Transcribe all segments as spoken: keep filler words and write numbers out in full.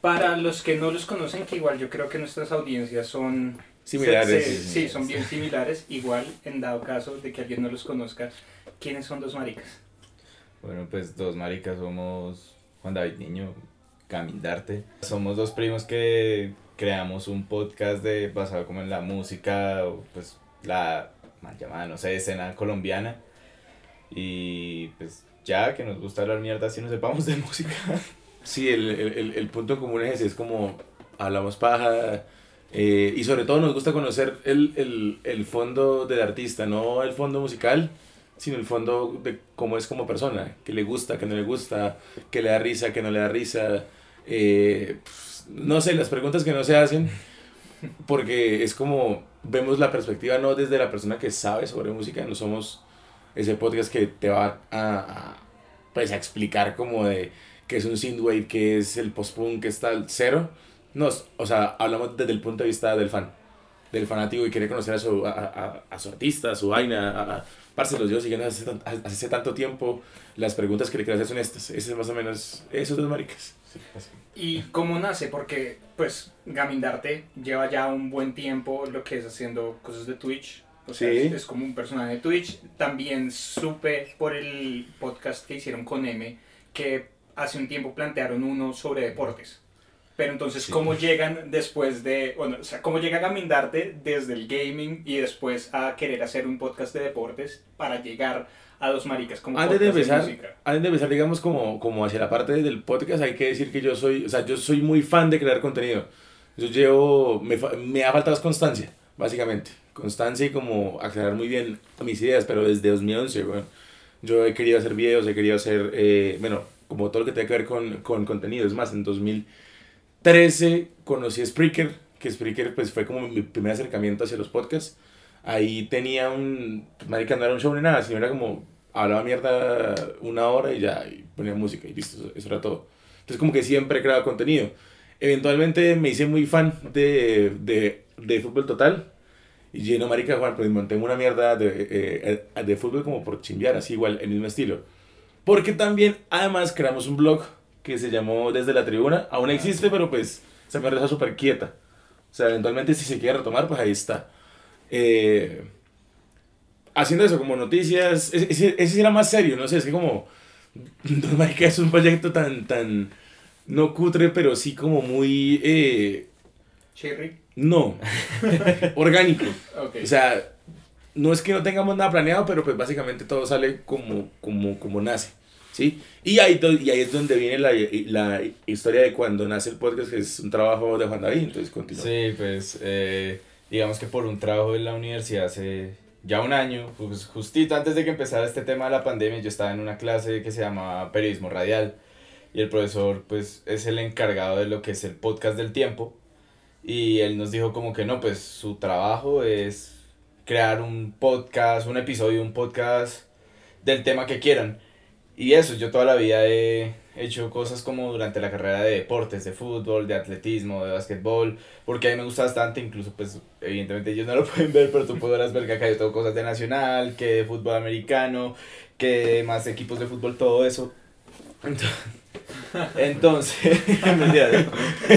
Para los que no los conocen, que igual yo creo que nuestras audiencias son similares. Se, se, sí, sí, son bien similares. Igual, en dado caso de que alguien no los conozca, ¿quiénes son Dos Maricas? Bueno, pues Dos Maricas somos Juan David Niño, Gamindarte. Somos dos primos que creamos un podcast de, basado como en la música, o pues la mal llamada, no sé, escena colombiana. Y pues ya que nos gusta hablar mierda si no sepamos de música. Sí, el, el, el punto común es ese, es como hablamos paja, eh, y sobre todo nos gusta conocer el, el, el fondo del artista, no el fondo musical, sino el fondo de cómo es como persona, qué le gusta, qué no le gusta, qué le da risa, qué no le da risa, eh, pues, no sé, las preguntas que no se hacen, porque es como vemos la perspectiva no desde la persona que sabe sobre música, no somos ese podcast que te va a, a, pues, a explicar como de que es un synthwave, que es el post-punk, que está al cero. No, o sea, hablamos desde el punto de vista del fan, del fanático y quiere conocer a su, a, a, a su artista, a su vaina, a, a parce, los yo siguiendo hace, hace tanto tiempo, las preguntas que le quiero hacer son estas, ese es más o menos, esos Dos Maricas. Sí, ¿y cómo nace? Porque, pues, Gamindarte lleva ya un buen tiempo lo que es haciendo cosas de Twitch. O sea, sí. es, es como un personaje de Twitch. También supe por el podcast que hicieron con M que hace un tiempo plantearon uno sobre deportes. Pero entonces, sí. ¿Cómo llegan después de, bueno, o sea, cómo llega Gamindarte desde el gaming y después a querer hacer un podcast de deportes para llegar a Dos Maricas como antes de podcast empezar, de música? Antes de empezar, digamos, como, como hacia la parte del podcast, hay que decir que yo soy, o sea, yo soy muy fan de crear contenido. Yo llevo, me, me ha faltado constancia, básicamente. Constancia y como aclarar muy bien mis ideas, pero desde dos mil once, bueno, yo he querido hacer videos, he querido hacer, eh, bueno, como todo lo que tiene que ver con, con contenido. Es más, en dos mil trece conocí a Spreaker, que Spreaker pues fue como mi primer acercamiento hacia los podcasts. Ahí tenía un, marica, no era un show ni nada, sino era como, hablaba mierda una hora y ya, y ponía música y listo, eso, eso era todo. Entonces como que siempre he creado contenido. Eventualmente me hice muy fan de, de, de Fútbol Total. Y lleno, marica, Juan, pues monté una mierda de, eh, de fútbol como por chimbear, así igual, el mismo estilo. Porque también, además, creamos un blog que se llamó Desde la Tribuna. Aún existe, pero pues se me deja súper quieta. O sea, eventualmente si se quiere retomar, pues ahí está. Eh, haciendo eso, como noticias, ese, ese, ese era más serio, no sé, es que como... Dos Maricas es un proyecto tan, tan... No cutre, pero sí como muy... Eh, ¿Cherry? No, orgánico. Okay. O sea, no es que no tengamos nada planeado, pero pues básicamente todo sale como, como, como nace, ¿sí? Y ahí, y ahí es donde viene la, la historia de cuando nace el podcast, que es un trabajo de Juan David, entonces continúa. Sí, pues eh, digamos que por un trabajo en la universidad hace ya un año, pues justito antes de que empezara este tema de la pandemia, yo estaba en una clase que se llamaba Periodismo Radial y el profesor pues es el encargado de lo que es el podcast del tiempo. Y él nos dijo como que no, pues su trabajo es crear un podcast, un episodio, un podcast del tema que quieran. Y eso, yo toda la vida he hecho cosas como durante la carrera de deportes, de fútbol, de atletismo, de básquetbol, porque a mí me gusta bastante, incluso pues evidentemente ellos no lo pueden ver, pero tú podrás ver que acá yo tengo cosas de nacional, que de fútbol americano, que de más equipos de fútbol, todo eso. Entonces, entonces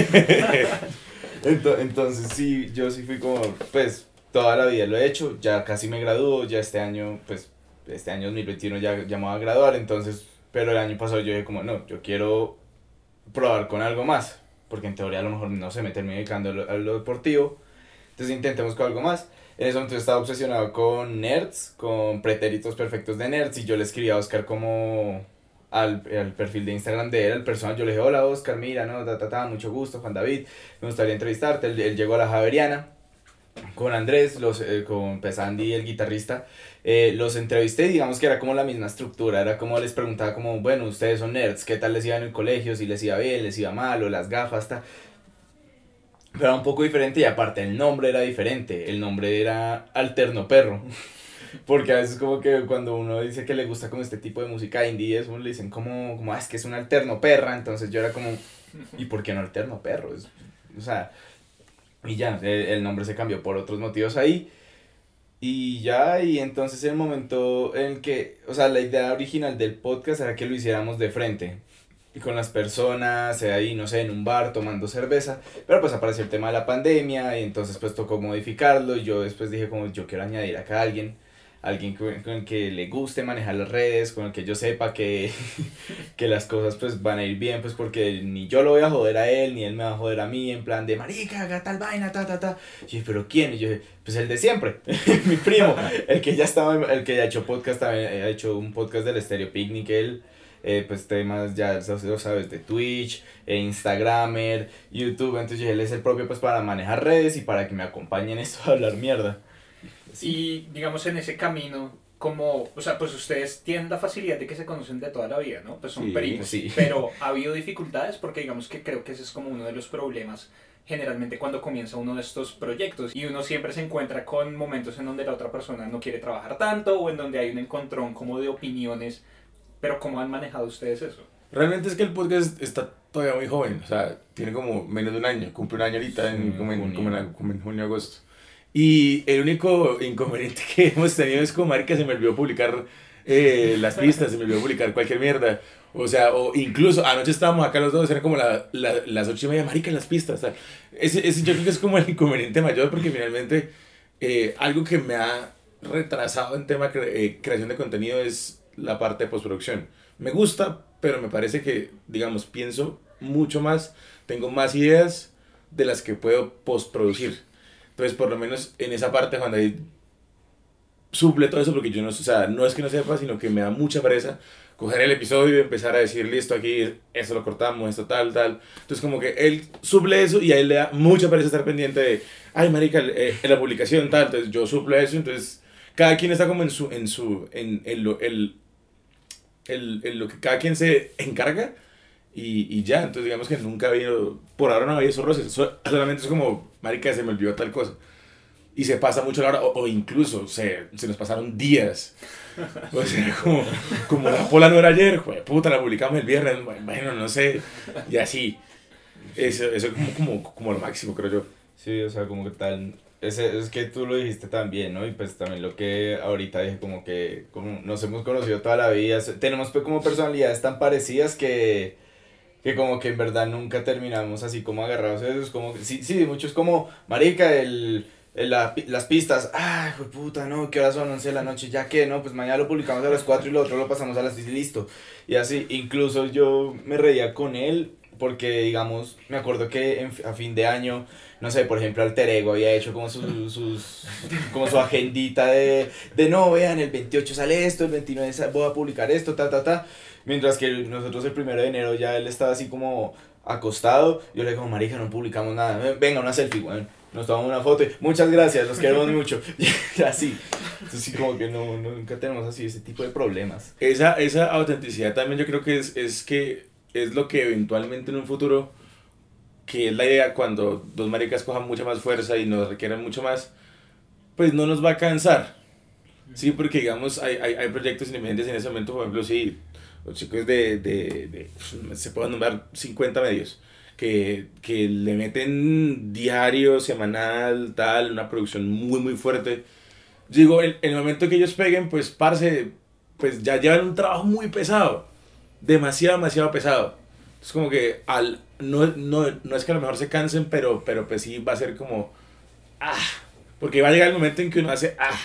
Entonces sí, yo sí fui como, pues, toda la vida lo he hecho, ya casi me gradúo, ya este año, pues, este año dos mil veintiuno ya, ya me voy a graduar, entonces, pero el año pasado yo dije como, no, yo quiero probar con algo más, porque en teoría a lo mejor, no sé, me terminé dedicando a lo, a lo deportivo, entonces intentemos con algo más. En ese momento estaba obsesionado con nerds, con pretéritos perfectos de nerds, y yo le escribí a Oscar como... Al, al perfil de Instagram de él, el personal, yo le dije, hola Oscar, mira, no, ta, ta, ta, mucho gusto, Juan David, me gustaría entrevistarte. Él, él llegó a la Javeriana con Andrés, los, eh, con pues Andy, el guitarrista, eh, los entrevisté, digamos que era como la misma estructura, era como les preguntaba como, bueno, ustedes son nerds, ¿qué tal les iba en el colegio? Si les iba bien, les iba mal, o las gafas, ta. Pero era un poco diferente y aparte el nombre era diferente, el nombre era Alterno Perro. Porque a veces como que cuando uno dice que le gusta como este tipo de música indie, eso le dicen como, como ah, es que es un alterno perra, entonces yo era como, ¿y por qué no alterno perro? Es, o sea, y ya, el, el nombre se cambió por otros motivos ahí, y ya, y entonces en el momento en que, o sea, la idea original del podcast era que lo hiciéramos de frente, con las personas, eh, ahí, no sé, en un bar tomando cerveza, pero pues apareció el tema de la pandemia y entonces pues tocó modificarlo y yo después dije como yo quiero añadir acá a alguien, alguien con, con el que le guste manejar las redes, con el que yo sepa que, que las cosas pues van a ir bien, pues porque ni yo lo voy a joder a él, ni él me va a joder a mí, en plan de marica, haga tal vaina, ta, ta, ta. Y yo dije, ¿pero quién? Y yo dije, pues el de siempre, mi primo, el que ya estaba, el que ya ha hecho podcast, también ha hecho un podcast del Estéreo Picnic, él... Eh, pues temas ya lo sabes de Twitch, eh, Instagramer, YouTube, entonces él es el propio pues para manejar redes y para que me acompañen esto a hablar mierda. Sí. Y digamos en ese camino, como, o sea, pues ustedes tienen la facilidad de que se conocen de toda la vida, ¿no? Pues son Sí, primos, sí. pero ha habido dificultades porque digamos que creo que ese es como uno de los problemas generalmente cuando comienza uno de estos proyectos y uno siempre se encuentra con momentos en donde la otra persona no quiere trabajar tanto o en donde hay un encontrón como de opiniones. Pero ¿cómo han manejado ustedes eso? Realmente es que el podcast está todavía muy joven, o sea, tiene como menos de un año, cumple un año ahorita, en, como, en, como, en, como en junio, agosto. Y el único inconveniente que hemos tenido es como, marica, se me olvidó publicar eh, las pistas, se me olvidó publicar cualquier mierda. O sea, o incluso anoche estábamos acá los dos, era como la, la, las ocho y media, marica, las pistas. O sea, ese, ese yo creo que es como el inconveniente mayor porque finalmente eh, algo que me ha retrasado en tema cre eh, creación de contenido es la parte de postproducción. Me gusta, pero me parece que, digamos, pienso mucho más, tengo más ideas de las que puedo postproducir. Entonces, por lo menos en esa parte, Juan David suple todo eso porque yo no, o sea, no es que no sepa, sino que me da mucha pereza coger el episodio y empezar a decir, listo, aquí, esto lo cortamos, esto tal, tal. Entonces, como que él suple eso y a él le da mucha pereza estar pendiente de, ay, marica, eh, en la publicación tal, entonces yo suple eso, entonces cada quien está como en su, en su, en, en lo, el, el, el, lo que cada quien se encarga y, y ya, entonces digamos que nunca ha habido, por ahora no ha habido esos roces, solamente es como, marica, se me olvidó tal cosa. Y se pasa mucho la hora, o, o incluso se, se nos pasaron días. O sea, como, como la pola no era ayer, joder, puta, la publicamos el viernes, bueno, no sé, y así. Eso, eso es como, como, como lo máximo, creo yo. Sí, o sea, como que tal, ese, es que tú lo dijiste también, ¿no? Y pues también lo que ahorita dije, como que como nos hemos conocido toda la vida, tenemos pues como personalidades tan parecidas que, que como que en verdad nunca terminamos así como agarrados. Eso es como, sí, sí, muchos como, marica, el... La, las pistas, ay, pues puta, no, ¿qué horas son? once de la noche, ya que, no, pues mañana lo publicamos a las cuatro y lo otro lo pasamos a las seis y listo. Y así, incluso yo me reía con él, porque, digamos, me acuerdo que en, a fin de año, no sé, por ejemplo, Alter Ego había hecho como su, sus, como su agendita de, de, no, vean, el veintiocho sale esto, el veintinueve voy a publicar esto, ta, ta, ta. Mientras que nosotros el primero de enero ya él estaba así como acostado, yo le digo, como, marica, no publicamos nada, venga, una selfie, weón. Bueno. Nos tomamos una foto y muchas gracias, los queremos mucho. Y así. Entonces sí, como que no, no, nunca tenemos así ese tipo de problemas. Esa, esa autenticidad también yo creo que es, es que es lo que eventualmente en un futuro, que es la idea cuando dos maricas cojan mucha más fuerza y nos requieran mucho más, pues no nos va a cansar. Sí, porque digamos hay, hay, hay proyectos independientes en ese momento, por ejemplo, sí, los chicos de, de, de se pueden nombrar cincuenta medios. Que, que le meten diario, semanal, tal, una producción muy muy fuerte. Digo, en el momento que ellos peguen, pues parce, pues ya llevan un trabajo muy pesado, demasiado, demasiado pesado. Es como que al, no, no, no es que a lo mejor se cansen, pero, pero pues sí va a ser como, ah, porque va a llegar el momento en que uno hace, ah,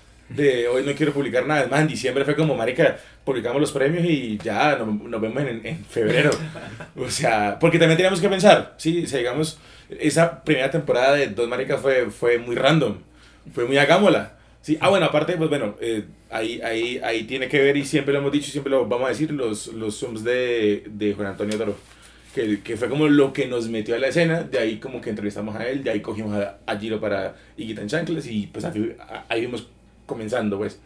de hoy no quiero publicar nada. Es más, en diciembre fue como, marica, publicamos los premios y ya nos, nos vemos en, en febrero. O sea, porque también teníamos que pensar, sí, o sea, digamos, esa primera temporada de Dos Maricas fue, fue muy random, fue muy hagámosla. Sí, ah, bueno, aparte, pues bueno, eh, ahí, ahí, ahí tiene que ver, y siempre lo hemos dicho, siempre lo vamos a decir, los, los Zooms de, de Juan Antonio Toro, que, que fue como lo que nos metió a la escena, de ahí como que entrevistamos a él, de ahí cogimos a, a Giro para Higuita en Chanclas, y pues ahí, ahí fuimos comenzando, pues.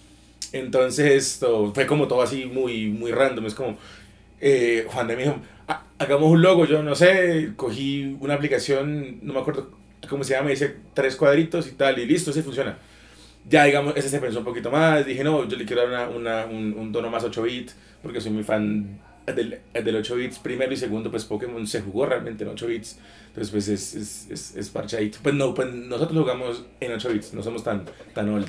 Entonces esto fue como todo así muy, muy random, es como, eh, Juan de me dijo, ah, hagamos un logo, yo no sé, cogí una aplicación, no me acuerdo cómo se llama, me dice tres cuadritos y tal, y listo, sí funciona. Ya, digamos, ese se pensó un poquito más, dije, no, yo le quiero dar una, una, un, un tono más ocho bits, porque soy muy fan del, del ocho bits primero, y segundo, pues Pokémon se jugó realmente en ocho bits, entonces pues es, es, es, es parchadito. Pues no, pues nosotros jugamos en ocho bits, no somos tan, tan old.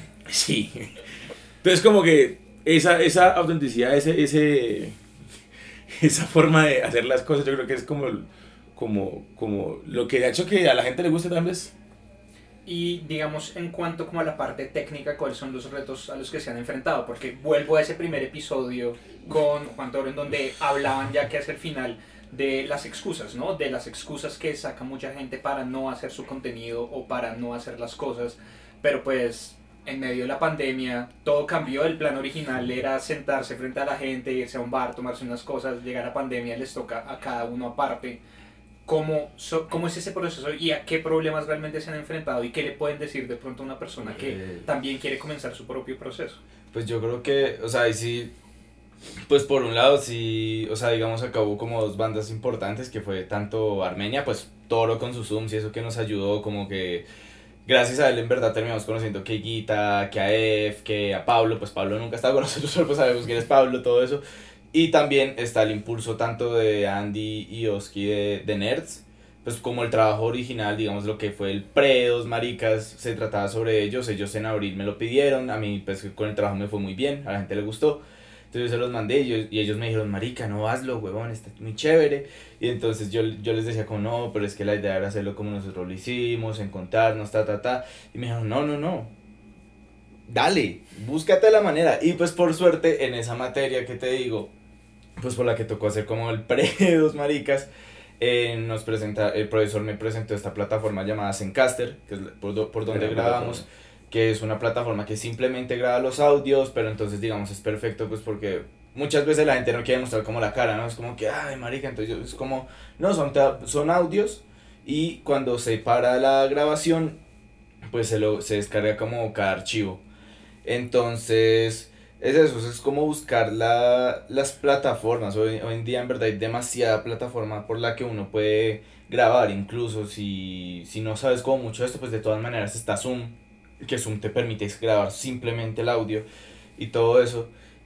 Sí. Entonces como que esa, esa autenticidad, ese, ese, esa forma de hacer las cosas yo creo que es como, como, como lo que ha hecho que a la gente le guste tal vez. Y digamos, en cuanto como a la parte técnica, ¿cuáles son los retos a los que se han enfrentado? Porque vuelvo a ese primer episodio con Juan Toro en donde hablaban ya que hacia el final de las excusas, ¿no? De las excusas que saca mucha gente para no hacer su contenido o para no hacer las cosas. Pero pues en medio de la pandemia todo cambió. El plan original era sentarse frente a la gente, irse a un bar, tomarse unas cosas. Llega la pandemia, les toca a cada uno aparte. ¿Cómo, so, ¿Cómo es ese proceso y a qué problemas realmente se han enfrentado y qué le pueden decir de pronto a una persona que Eh, también quiere comenzar su propio proceso? Pues yo creo que, o sea, y sí, pues por un lado sí, o sea, digamos acabó como dos bandas importantes que fue tanto Armenia, pues Toro con sus Zooms y eso que nos ayudó como que gracias a él en verdad terminamos conociendo que Guita, que a Ef, que a Pablo, pues Pablo nunca estaba con nosotros, pero pues sabemos quién es Pablo, todo eso. Y también está el impulso tanto de Andy y Oski de, de Nerds, pues como el trabajo original, digamos lo que fue el pre Dos Maricas, se trataba sobre ellos, ellos en abril me lo pidieron, a mí pues con el trabajo me fue muy bien, a la gente le gustó. Entonces yo se los mandé y ellos, y ellos me dijeron, marica, no hazlo, huevón, está muy chévere. Y entonces yo, yo les decía como, no, pero es que la idea era hacerlo como nosotros lo hicimos, encontrarnos, ta, ta, ta. Y me dijeron, no, no, no, dale, búscate la manera. Y pues por suerte en esa materia que te digo, pues por la que tocó hacer como el pre Dos Maricas, eh, nos presenta, el profesor me presentó esta plataforma llamada Zencaster, que es por, do, por donde grabamos, que es una plataforma que simplemente graba los audios, pero entonces digamos es perfecto pues porque muchas veces la gente no quiere mostrar como la cara, ¿no? Es como que, ay marica, entonces es como, no, son, son audios y cuando se para la grabación, pues se, lo, se descarga como cada archivo. Entonces... Es eso, es como buscar la, las plataformas. Hoy, hoy en día en verdad hay demasiada plataforma por la que uno puede grabar. Incluso si, si no sabes como mucho de esto, pues de todas maneras está Zoom, que Zoom te permite grabar simplemente el audio y todo eso.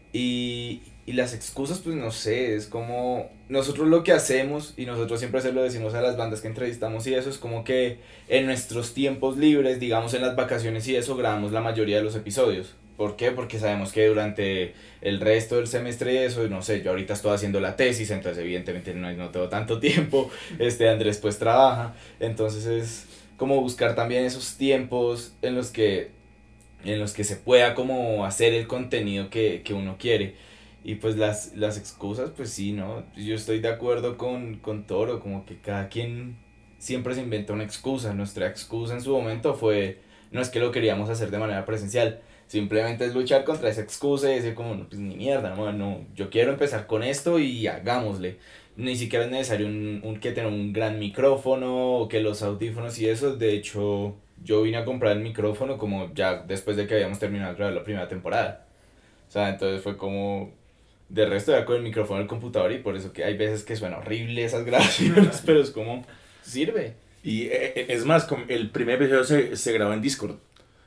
Y, y las excusas, pues no sé, es como nosotros lo que hacemos, y nosotros siempre se lo decimos a las bandas que entrevistamos y eso, es como que en nuestros tiempos libres, digamos en las vacaciones y eso, grabamos la mayoría de los episodios. ¿Por qué? Porque sabemos que durante el resto del semestre y eso, no sé, yo ahorita estoy haciendo la tesis, entonces evidentemente no, no tengo tanto tiempo, este Andrés pues trabaja, entonces es como buscar también esos tiempos en los que, en los que se pueda como hacer el contenido que, que uno quiere. Y pues las, las excusas, pues sí, ¿no? Yo estoy de acuerdo con, con Toro, como que cada quien siempre se inventa una excusa. Nuestra excusa en su momento fue, no es que lo queríamos hacer de manera presencial, simplemente es luchar contra esa excusa y decir como, no, pues ni mierda, no, no, yo quiero empezar con esto y hagámosle. Ni siquiera es necesario un, un, que tener un gran micrófono o que los audífonos y eso. De hecho, yo vine a comprar el micrófono como ya después de que habíamos terminado de grabar la primera temporada. O sea, entonces fue como... De resto ya con el micrófono del computador y por eso que hay veces que suena horrible esas grabaciones, pero es como, sirve. Y eh, es más, el primer episodio se, se grabó en Discord.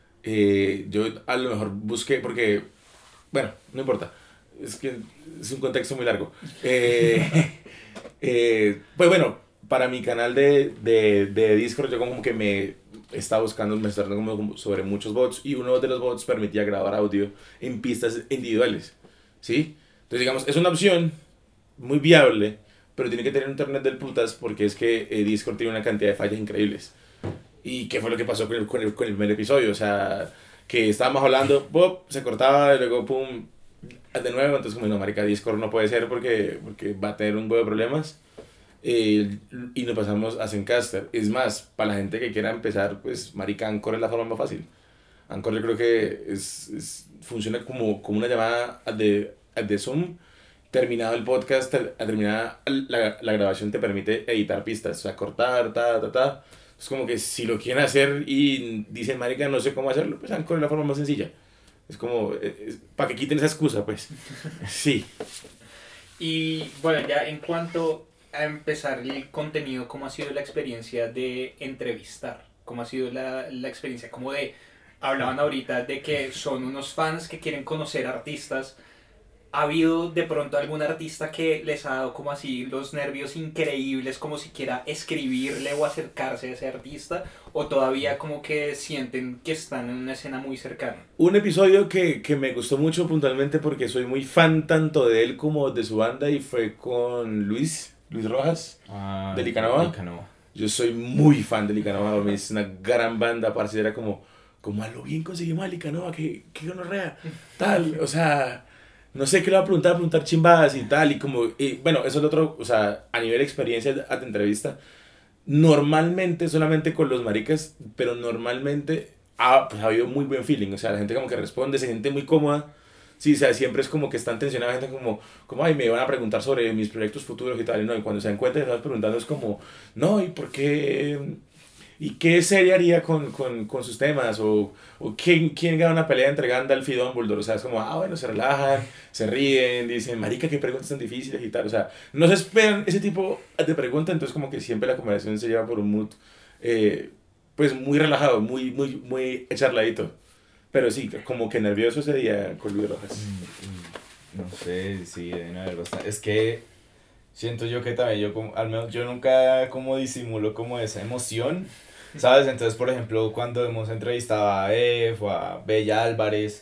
Eh, yo a lo mejor busqué, porque, bueno, no importa, es que es un contexto muy largo. Eh, eh, pues bueno, para mi canal de, de, de Discord yo como que me estaba buscando, me estaba como sobre muchos bots y uno de los bots permitía grabar audio en pistas individuales, ¿sí? Entonces digamos, es una opción muy viable, pero tiene que tener un internet del putas porque es que eh, Discord tiene una cantidad de fallas increíbles. ¿Y qué fue lo que pasó con el, con el, con el primer episodio? O sea, que estábamos hablando, pop, se cortaba, y luego pum, de nuevo. Entonces, como no, marica, Discord no puede ser porque, porque va a tener un huevo de problemas. Eh, y nos pasamos a Zencaster. Es más, para la gente que quiera empezar, pues, marica, Anchor es la forma más fácil. Anchor yo creo que es, es, funciona como, como una llamada de, de Zoom. Terminado el podcast, terminada la, la grabación, te permite editar pistas, o sea, cortar, ta, ta, ta. Es como que si lo quieren hacer y dicen, marica, no sé cómo hacerlo, pues Anchor es la forma más sencilla. Es como, es, para que quiten esa excusa, pues. Sí. Y bueno, ya en cuanto a empezar el contenido, ¿cómo ha sido la experiencia de entrevistar? ¿Cómo ha sido la, la experiencia? Como de, hablaban ahorita de que son unos fans que quieren conocer artistas. ¿ha habido de pronto algún artista que les ha dado como así los nervios increíbles, como si quiera escribirle o acercarse a ese artista? ¿O todavía como que sienten que están en una escena muy cercana? Un episodio que, que me gustó mucho puntualmente porque soy muy fan tanto de él como de su banda y fue con Luis, Luis Rojas, Ah, de Licanova. Licanova. Yo soy muy fan de Licanova, me es una gran banda, parce, era como, como a lo bien conseguimos a Licanova, que, que gonorrea, tal, o sea, no sé qué le va a preguntar, preguntar chimbadas y tal, y como, y, bueno, eso es lo otro, o sea, a nivel de experiencia de entrevista, normalmente solamente con los maricas, pero normalmente ha, pues, ha habido muy buen feeling, o sea, la gente como que responde, se siente muy cómoda. Sí, o sea, siempre es como que están tensionados, gente como, como, ay, me van a preguntar sobre mis proyectos futuros y tal, y no, y cuando se dan cuenta, estás preguntando, es como, no, ¿y por qué? ¿Y qué serie haría con, con, con sus temas? ¿O, o quién, quién gana una pelea entre Gandalf y Dumbledore? O sea, es como, ah, bueno, se relajan, se ríen, dicen, marica, qué preguntas tan difíciles y tal, o sea, no se esperan ese tipo de preguntas, entonces como que siempre la conversación se lleva por un mood, eh, pues muy relajado, muy, muy, muy charladito. Pero sí, como que nervioso ese día con Luis Rojas. Mm, mm, No sé, sí, deben haber bastante. Es que siento yo que también yo, como, al menos yo nunca como disimulo como esa emoción, ¿sabes? Entonces, por ejemplo, cuando hemos entrevistado a Ef o a Bella Álvarez,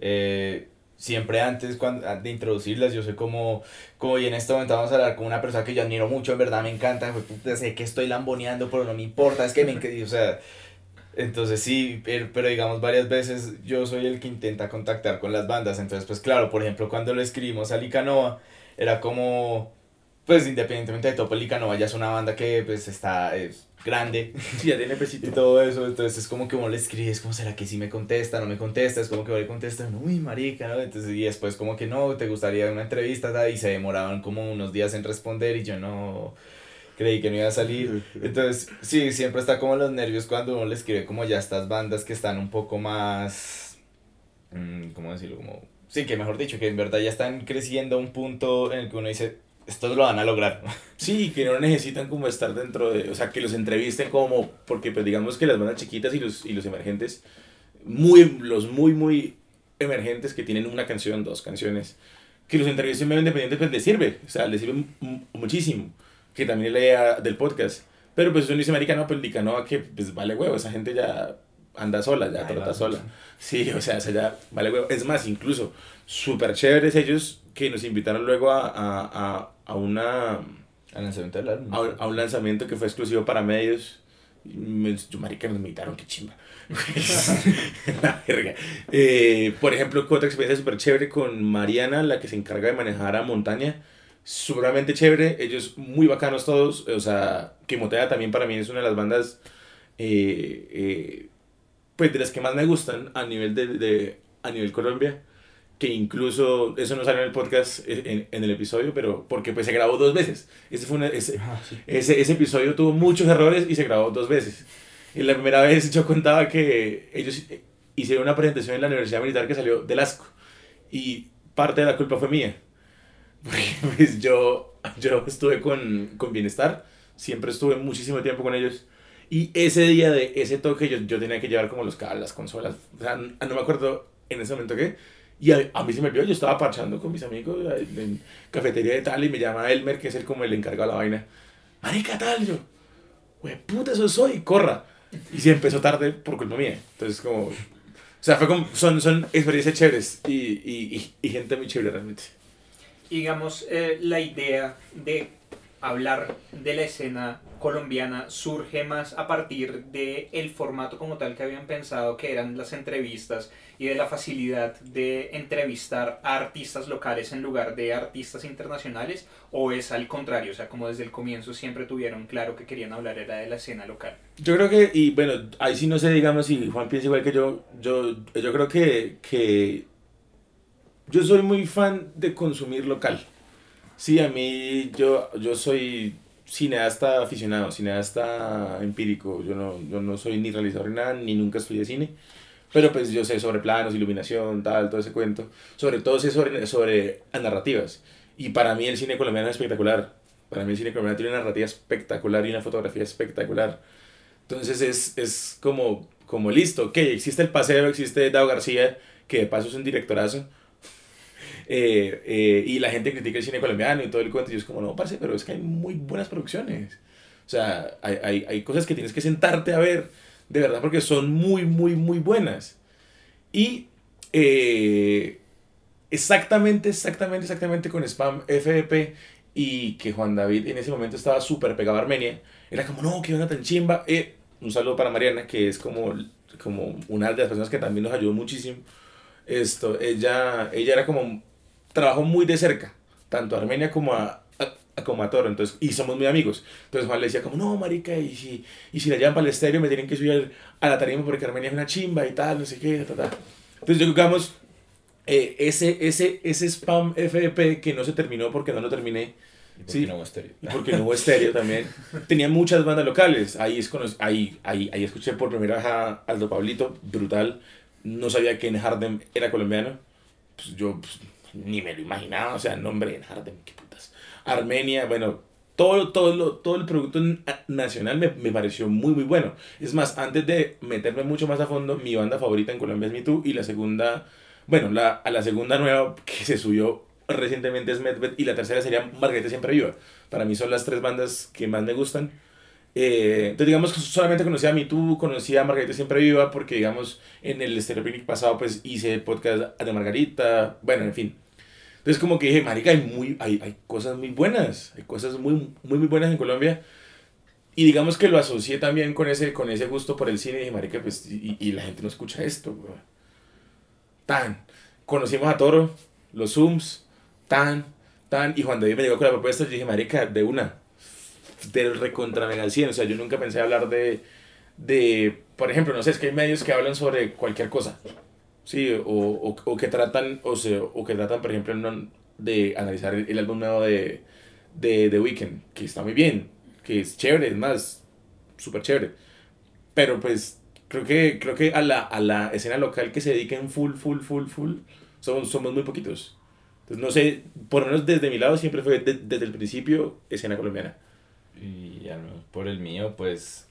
eh, siempre antes cuando, de introducirlas, yo soy como, como, y en este momento vamos a hablar con una persona que yo admiro mucho, en verdad me encanta, fue puta, sé que estoy lamboneando, pero no me importa, es que me encanta, o sea. Entonces sí, pero, pero digamos varias veces yo soy el que intenta contactar con las bandas, entonces pues claro, por ejemplo cuando le escribimos a Licanova, era como, pues independientemente de todo, pues Licanova ya es una banda que pues está, es grande, Sí, ya tiene y pesito. todo eso, entonces es como que uno le escribe, es como, ¿será que sí me contesta, no me contesta? Es como que uno le contesta, no, uy marica, ¿no? Entonces y después como que no, ¿te gustaría una entrevista? ¿Tal? Y se demoraban como unos días en responder y yo no... Creí que no iba a salir. Entonces, sí, siempre está como los nervios cuando uno le escribe como ya estas bandas que están un poco más... mmm, ¿Cómo decirlo? Como... Sí, que mejor dicho, que en verdad ya están creciendo a un punto en el que uno dice, estos lo van a lograr. Sí, que no necesitan como estar dentro de, o sea, que los entrevisten como, porque pues digamos que las bandas chiquitas y los, y los emergentes, muy, los muy, muy emergentes que tienen una canción, dos canciones, que los entrevisten medio independientes pues les sirve, o sea, les sirve m- muchísimo, que también lea del podcast, pero pues uno dice, marica, no, pues Licanova que pues vale huevo, esa gente ya anda sola, ya Ay, trota va. sola, sí, o sea, esa ya vale huevo, es más, incluso, súper chéveres ellos que nos invitaron luego a, a, a, a una... Al lanzamiento del álbum. A un, a un lanzamiento que fue exclusivo para medios. Y me- yo, marica, nos invitaron, qué chimba. La verga. Eh, por ejemplo, otra experiencia súper chévere con Mariana, la que se encarga de manejar a Montaña. Supremamente chévere, ellos muy bacanos todos. O sea, que Motea también para mí es una de las bandas, eh, eh, pues de las que más me gustan a nivel de, de a nivel Colombia, que incluso eso no salió en el podcast en, en el episodio, pero porque pues se grabó dos veces. Ese, fue una- ese, Ah, sí. ese, ese episodio tuvo muchos errores y se grabó dos veces. Y la primera vez yo contaba que ellos hicieron una presentación en la Universidad Militar que salió del asco. Y parte de la culpa fue mía. Porque pues yo, yo estuve con, con Bienestar, siempre estuve muchísimo tiempo con ellos. Y ese día de ese toque yo, yo tenía que llevar como los cables, las consolas. O sea, no me acuerdo en ese momento qué. Y a, a mí se me olvidó, yo estaba parchando con mis amigos en, en cafetería de tal y me llama Elmer, que es el como el encargado de la vaina. Marica tal, yo, güey, puta, eso soy, corra. Y sí empezó tarde por culpa mía. Entonces como, o sea, fue como, son, son experiencias chéveres y, y, y, y gente muy chévere realmente. Digamos, eh, la idea de hablar de la escena colombiana surge más a partir de el formato como tal que habían pensado que eran las entrevistas y de la facilidad de entrevistar a artistas locales en lugar de artistas internacionales, o es al contrario, o sea, como desde el comienzo siempre tuvieron claro que querían hablar era de la escena local. Yo creo que, y bueno, ahí sí no sé, digamos, si Juan piensa igual que yo, yo, yo creo que, que yo soy muy fan de consumir local. Sí, a mí, yo, yo soy cineasta aficionado, cineasta empírico. Yo no, yo no soy ni realizador ni nada, ni nunca estudié cine. Pero pues yo sé sobre planos, iluminación, tal, todo ese cuento. Sobre todo sé sobre, sobre narrativas. Y para mí el cine colombiano es espectacular. Para mí el cine colombiano tiene una narrativa espectacular y una fotografía espectacular. Entonces es, es como, como listo, ok, existe El Paseo, existe Dao García, que de paso es un directorazo. Eh, eh, y la gente critica el cine colombiano y todo el cuento, y yo es como, no, parce, pero es que hay muy buenas producciones. O sea, hay, hay, hay cosas que tienes que sentarte a ver, de verdad, porque son muy, muy, muy buenas. Y eh, exactamente, exactamente, exactamente con Spam F E P y que Juan David en ese momento estaba súper pegado a Armenia, era como, no, qué onda tan chimba. Eh, un saludo para Mariana, que es como, como una de las personas que también nos ayudó muchísimo. Esto, ella, ella era como, trabajó muy de cerca, tanto a Armenia como a, a, como a Toro, entonces, y somos muy amigos. Entonces Juan le decía como, no, marica, y si, y si la llevan para el estéreo me tienen que subir a la tarima porque Armenia es una chimba y tal, no sé qué, ta, ta. Entonces yo digamos, eh, ese, ese, ese Spam F E P que no se terminó porque no lo terminé, ¿Y por sí, qué no hubo estéreo? y porque no hubo estéreo también, tenía muchas bandas locales, ahí, es cono- ahí, ahí, ahí escuché por primera vez a Aldo Pablito, brutal, no sabía que en Hardem era colombiano, pues yo pues, ni me lo imaginaba, o sea, nombre en Hardem, qué putas, Armenia, bueno, todo, todo, lo, todo el producto na- nacional me, me pareció muy, muy bueno. Es más, antes de meterme mucho más a fondo, mi banda favorita en Colombia es Me Too y la segunda, bueno, la, a la segunda nueva que se subió recientemente es Medved y la tercera sería Margarita Siempre Viva. Para mí son las tres bandas que más me gustan. Eh, entonces digamos que solamente conocía a Me Too, conocía a Margarita Siempre Viva porque digamos en el Stereo Picnic pasado pues hice podcast de Margarita, bueno, en fin. Entonces como que dije, marica, hay, muy, hay, hay cosas muy buenas, hay cosas muy, muy, muy buenas en Colombia. Y digamos que lo asocié también con ese, con ese gusto por el cine y dije, marica, pues, y, y la gente no escucha esto, weón. Tan. Conocimos a Toro, los Zooms, tan, tan, y Juan David me llegó con la propuesta y yo dije, marica, de una, del recontra mega al cien. O sea, yo nunca pensé hablar de, de, por ejemplo, no sé, es que hay medios que hablan sobre cualquier cosa. Sí, o, o, o que tratan, o, se, o que tratan, por ejemplo, no- de analizar el, el álbum nuevo de, de The Weeknd, que está muy bien, que es chévere, es más, súper chévere. Pero pues creo que, creo que a la, a la escena local que se dediquen full, full, full, full, somos, somos muy poquitos. Entonces no sé, por lo menos desde mi lado siempre fue de- desde el principio escena colombiana. Y al menos por el mío, pues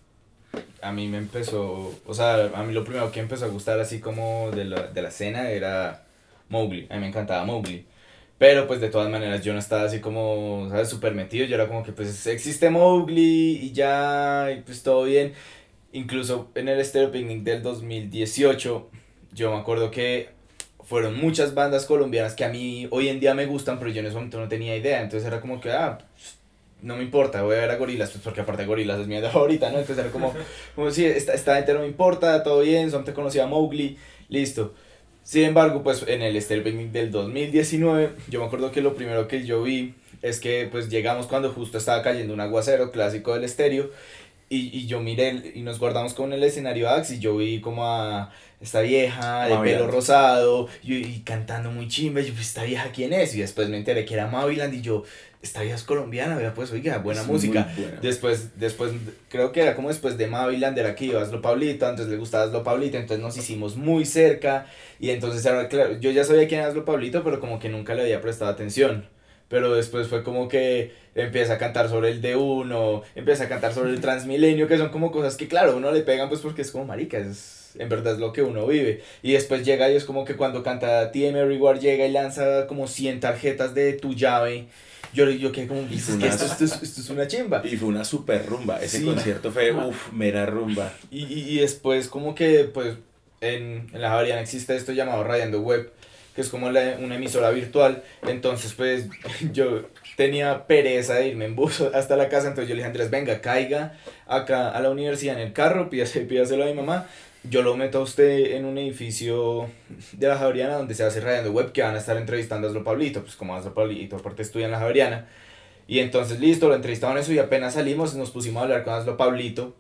a mí me empezó, o sea, a mí lo primero que empezó a gustar así como de la, de la escena era Mowgli, a mí me encantaba Mowgli. Pero pues de todas maneras yo no estaba así como, ¿sabes? Súper metido, yo era como que pues existe Mowgli y ya, y pues todo bien. Incluso en el Stereo Picnic del dos mil dieciocho, yo me acuerdo que fueron muchas bandas colombianas que a mí hoy en día me gustan, pero yo en ese momento no tenía idea. Entonces era como que, ah, pues, no me importa, voy a ver a Gorillaz, pues porque aparte Gorillaz es mi banda favorita, ¿no? Entonces era como, como sí, esta, esta gente no me importa, todo bien, solamente conocía a Mowgli, listo. Sin embargo, pues en el Stereo Picnic del dos mil diecinueve, yo me acuerdo que lo primero que yo vi es que pues llegamos cuando justo estaba cayendo un aguacero clásico del estéreo. Y, y yo miré el- y nos guardamos como en el escenario Axe y yo vi como a esta vieja de Maviland. pelo rosado y, y cantando muy chimba. Y yo, pues, ¿esta vieja quién es? Y después me enteré que era Maviland y yo, esta vieja es colombiana, vea, pues, oiga, buena Es música. muy buena. Después, después, creo que era como después de Maviland, era que iba Aslo Pablito, antes le gustaba Aslo Pablito, entonces nos hicimos muy cerca. Y entonces, ahora, claro, yo ya sabía quién era Aslo Pablito, pero como que nunca le había prestado atención. Pero después fue como que empieza a cantar sobre el D uno, empieza a cantar sobre el Transmilenio, que son como cosas que, claro, uno le pegan pues porque es como marica, es, en verdad es lo que uno vive. Y después llega y es como que cuando canta T M Everywhere llega y lanza como cien tarjetas de tu llave. Yo, yo quedé como, es que esto, esto, es, esto es una chimba. Y fue una super rumba. Ese Sí. concierto fue, uff, mera rumba. Y, y, y después como que pues en, en la Javeriana existe esto llamado Radiando Web, que es como la, una emisora virtual. Entonces pues yo tenía pereza de irme en bus hasta la casa, entonces yo le dije a Andrés, venga, caiga acá a la universidad en el carro, pídase, pídaselo a mi mamá, yo lo meto a usted en un edificio de la Javeriana donde se hace Radiando Web, que van a estar entrevistando a Aslo Pablito, pues como Aslo Pablito aparte estudia en la Javeriana. Y entonces listo, lo entrevistaban eso y apenas salimos nos pusimos a hablar con Aslo Pablito.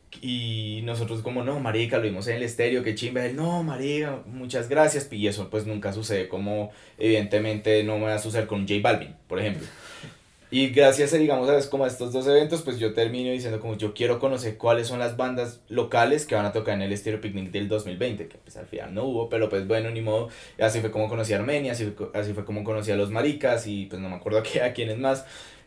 Y nosotros como, no, marica, lo vimos en el estéreo, qué chimba. Él, no, marica, muchas gracias. Y eso pues nunca sucede, como evidentemente no me va a suceder con J Balvin, por ejemplo. Y gracias a, digamos, a, como a estos dos eventos, pues yo termino diciendo como yo quiero conocer cuáles son las bandas locales que van a tocar en el Stereo Picnic del dos mil veinte, que pues al final no hubo, pero pues bueno, ni modo. Así fue como conocí a Armenia, así fue, así fue como conocí a los Maricas y pues no me acuerdo a, qué, a quiénes más.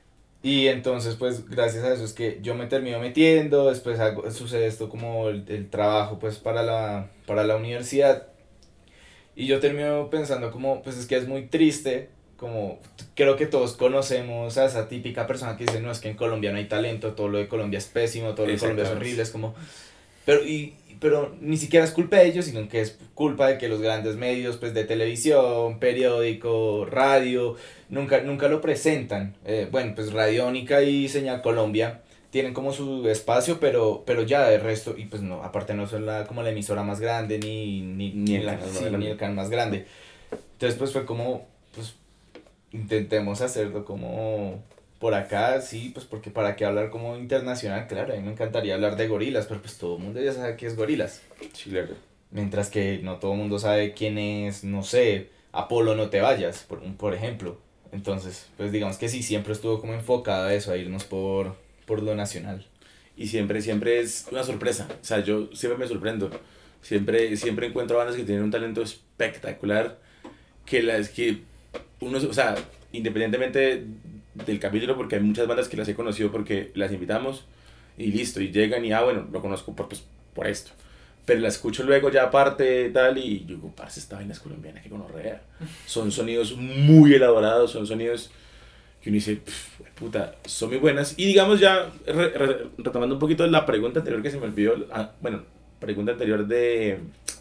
Y entonces, pues, gracias a eso es que yo me termino metiendo, después hago, sucede esto como el, el trabajo, pues, para la, para la universidad. Y yo termino pensando como, pues es que es muy triste, como creo que todos conocemos a esa típica persona que dice, no, es que en Colombia no hay talento, todo lo de Colombia es pésimo, todo lo de Colombia es horrible, es como... Pero, y, pero ni siquiera es culpa de ellos, sino que es culpa de que los grandes medios pues de televisión, periódico, radio, nunca, nunca lo presentan. Eh, bueno, pues Radiónica y Señal Colombia tienen como su espacio, pero, pero ya de resto, y pues no, aparte no son la, como la emisora más grande, ni, ni, ni, el, la, sí, ni el canal más grande. Entonces pues fue como, pues intentemos hacerlo como por acá, sí, pues porque para qué hablar como internacional, claro, a mí me encantaría hablar de gorilas, pero pues todo el mundo ya sabe qué es gorilas. Sí, claro. Mientras que no todo el mundo sabe quién es, no sé, Apolo No Te Vayas, por, por ejemplo. Entonces, pues digamos que sí, siempre estuvo como enfocado a eso, a irnos por... por lo nacional. Y siempre, siempre es una sorpresa. O sea, yo siempre me sorprendo. Siempre, siempre encuentro bandas que tienen un talento espectacular. Que las que uno, o sea, independientemente del capítulo, porque hay muchas bandas que las he conocido porque las invitamos y listo. Y llegan y, ah, bueno, lo conozco por, pues, por esto. Pero la escucho luego ya aparte tal y yo digo, parce, esta vaina es colombiana, que gonorrea. Son sonidos muy elaborados, son sonidos... que uno dice, puta, son muy buenas. Y digamos ya, re, re, retomando un poquito la pregunta anterior que se me olvidó, ah, bueno, pregunta anterior de,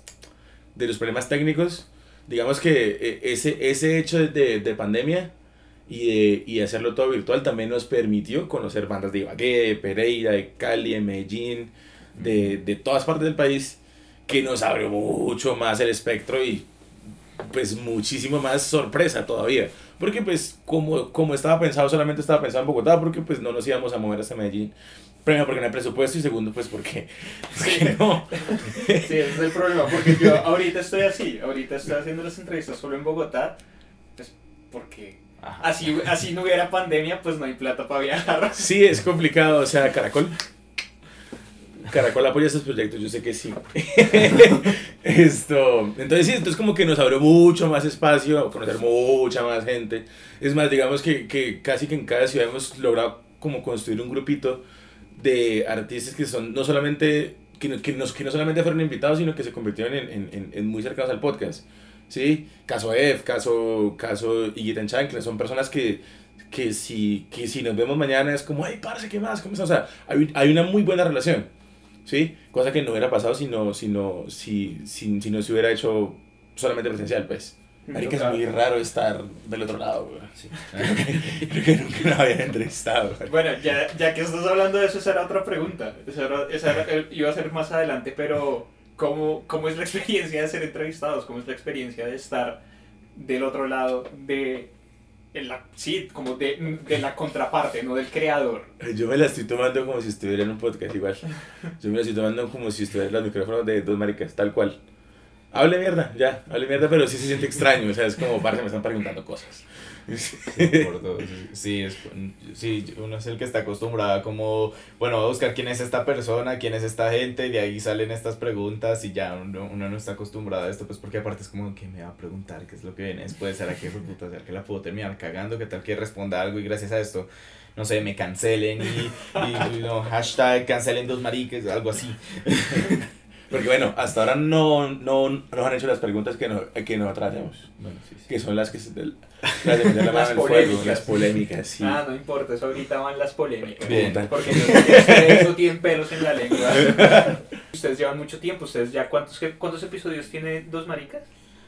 de los problemas técnicos, digamos que ese, ese hecho de, de pandemia y de y hacerlo todo virtual también nos permitió conocer bandas de Ibagué, de Pereira, de Cali, de Medellín, de, de todas partes del país, que nos abrió mucho más el espectro y pues muchísimo más sorpresa todavía. Porque pues como, como estaba pensado, solamente estaba pensado en Bogotá, porque pues no nos íbamos a mover hasta Medellín. Primero porque no hay presupuesto y segundo pues porque, porque no. Sí, ese es el problema, porque yo ahorita estoy así, ahorita estoy haciendo las entrevistas solo en Bogotá, pues porque así, así no hubiera pandemia, pues no hay plata para viajar. Sí, es complicado, o sea, Caracol... Caracol apoya estos proyectos, yo sé que sí. Esto, entonces sí, entonces como que nos abrió mucho más espacio, conocer mucha más gente. Es más, digamos que, que casi que en cada ciudad hemos logrado como construir un grupito de artistas que son no solamente, que no, que no, que no solamente fueron invitados, sino que se convirtieron en, en, en, en muy cercanos al podcast. ¿Sí? Caso F, caso, caso Higuita en Chancla, son personas que, que, si, que si nos vemos mañana es como, ay, parce, ¿qué más? ¿Cómo estás? O sea, hay, hay una muy buena relación. ¿Sí? Cosa que no hubiera pasado si no, si no, si, si, si no se hubiera hecho solamente presencial, pues. Marica, es muy raro estar del otro lado, güey. Sí. Creo, que, creo que nunca lo habían entrevistado. Güey. Bueno, ya, ya que estás hablando de eso, esa era otra pregunta. Esa, era, esa era, iba a ser más adelante, pero ¿cómo, ¿cómo es la experiencia de ser entrevistados? ¿Cómo es la experiencia de estar del otro lado de... En la, sí, como de, de la contraparte, no del creador? Yo me la estoy tomando como si estuviera en un podcast igual. Yo me la estoy tomando como si estuviera en los micrófonos de dos maricas, tal cual. Hable mierda, ya, hable mierda, pero sí se siente extraño, o sea, es como, parce, me están preguntando cosas. Sí, por todo. Sí, es, sí, uno es el que está acostumbrado a como, bueno, voy a buscar quién es esta persona, quién es esta gente, y de ahí salen estas preguntas y ya uno, uno no está acostumbrado a esto, pues porque aparte es como, ¿qué me va a preguntar? ¿Qué es lo que viene después? ¿Será que, puta, será que la puedo terminar cagando? ¿Qué tal que responda algo y gracias a esto, no sé, me cancelen y, y no, hashtag cancelen dos mariques, algo así? Porque bueno, hasta ahora no, no nos han hecho las preguntas que, no, que nosotros hacemos. Bueno, sí, sí. Que son las que se, las de meter la mano en el fuego, las polémicas, sí. Ah, no importa, eso ahorita van las polémicas. Bien. Porque ustedes no tienen pelos en la lengua. Ustedes llevan mucho tiempo, ustedes ya, ¿cuántos, cuántos episodios tiene Dos Maricas?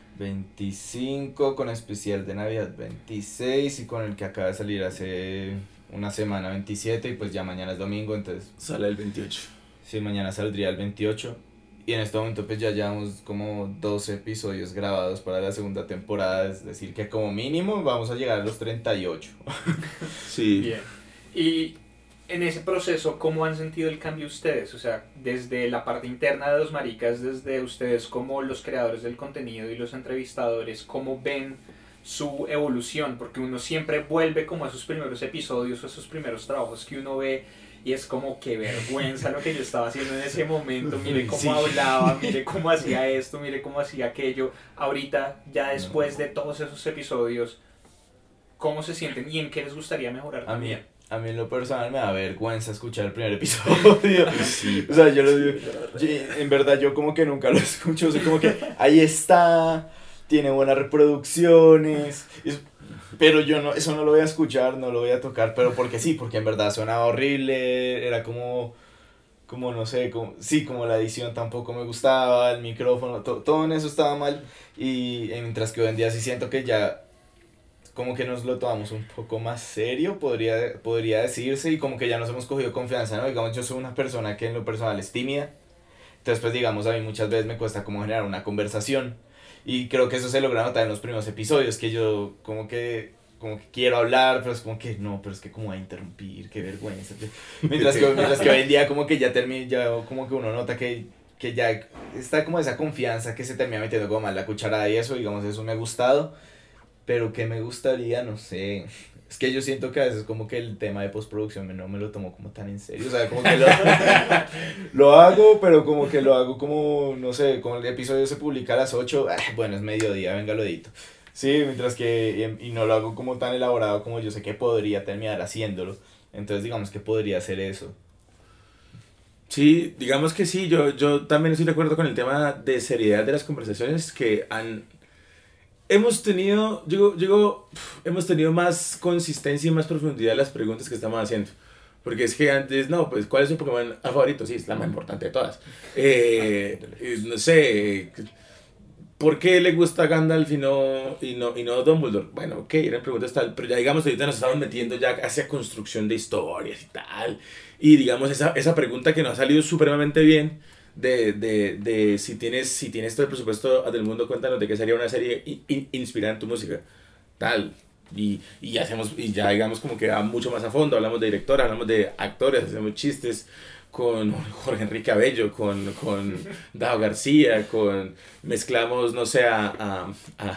veinticinco, con especial de Navidad veintiséis y con el que acaba de salir hace una semana veintisiete y pues ya mañana es domingo, entonces... Sale el veintiocho. Sí, mañana saldría el veintiocho. Y en este momento pues ya llevamos como doce episodios grabados para la segunda temporada, es decir que como mínimo vamos a llegar a los treinta y ocho. Sí. Bien. Y en ese proceso, ¿cómo han sentido el cambio ustedes? O sea, desde la parte interna de Dos Maricas, desde ustedes como los creadores del contenido y los entrevistadores, ¿cómo ven su evolución? Porque uno siempre vuelve como a esos primeros episodios o a esos primeros trabajos que uno ve y es como que vergüenza lo que yo estaba haciendo en ese momento, mire cómo sí. hablaba, mire cómo hacía esto, mire cómo hacía aquello. Ahorita, ya después de todos esos episodios, ¿cómo se sienten y en qué les gustaría mejorar también? A mí en lo personal me da vergüenza escuchar el primer episodio. Sí. O sea, yo lo digo, yo, en verdad yo como que nunca lo escucho, o sea, como que ahí está, tiene buenas reproducciones, es, pero yo no, eso no lo voy a escuchar, no lo voy a tocar, pero porque sí, porque en verdad sonaba horrible, era como, como no sé, como, sí, como la edición tampoco me gustaba, el micrófono, to, todo en eso estaba mal, y mientras que hoy en día sí siento que ya como que nos lo tomamos un poco más serio, podría, podría decirse, y como que ya nos hemos cogido confianza, ¿no? Digamos, yo soy una persona que en lo personal es tímida, entonces pues digamos, a mí muchas veces me cuesta como generar una conversación, y creo que eso se logra notar en los primeros episodios, que yo como que, como que quiero hablar, pero es como que no, pero es que como va a interrumpir, qué vergüenza. Mientras que, mientras que hoy en día como que ya termina, ya como que uno nota que, que ya está como esa confianza que se termina metiendo como más la cucharada y eso, digamos, eso me ha gustado. Pero que me gustaría, no sé, es que yo siento que a veces como que el tema de postproducción no me lo tomo como tan en serio, o sea, como que lo, lo hago, pero como que lo hago como, no sé, como el episodio se publica a las ocho, ah, bueno, es mediodía, venga, lo edito. Sí, mientras que, y, y no lo hago como tan elaborado como yo sé que podría terminar haciéndolo, entonces digamos que podría hacer eso. Sí, digamos que sí, yo, yo también estoy de acuerdo con el tema de seriedad de las conversaciones que han... Hemos tenido, digo, digo, hemos tenido más consistencia y más profundidad en las preguntas que estamos haciendo. Porque es que antes, no, pues, ¿cuál es su Pokémon favorito? Sí, es la más importante de todas. Eh, no sé, ¿por qué le gusta Gandalf y no, y no, y no Dumbledore? Bueno, ok, eran preguntas tal, pero ya digamos, ahorita nos estamos metiendo ya hacia construcción de historias y tal. Y digamos, esa, esa pregunta que nos ha salido supremamente bien. De, de, de si tienes si tienes todo el presupuesto del mundo, cuéntanos de qué sería una serie in, in, inspirada en tu música tal y, y hacemos y ya digamos como que va mucho más a fondo, hablamos de directores, hablamos de actores, hacemos chistes con Jorge Enrique Abello, con, con Dao García, con mezclamos no sé a, a, a,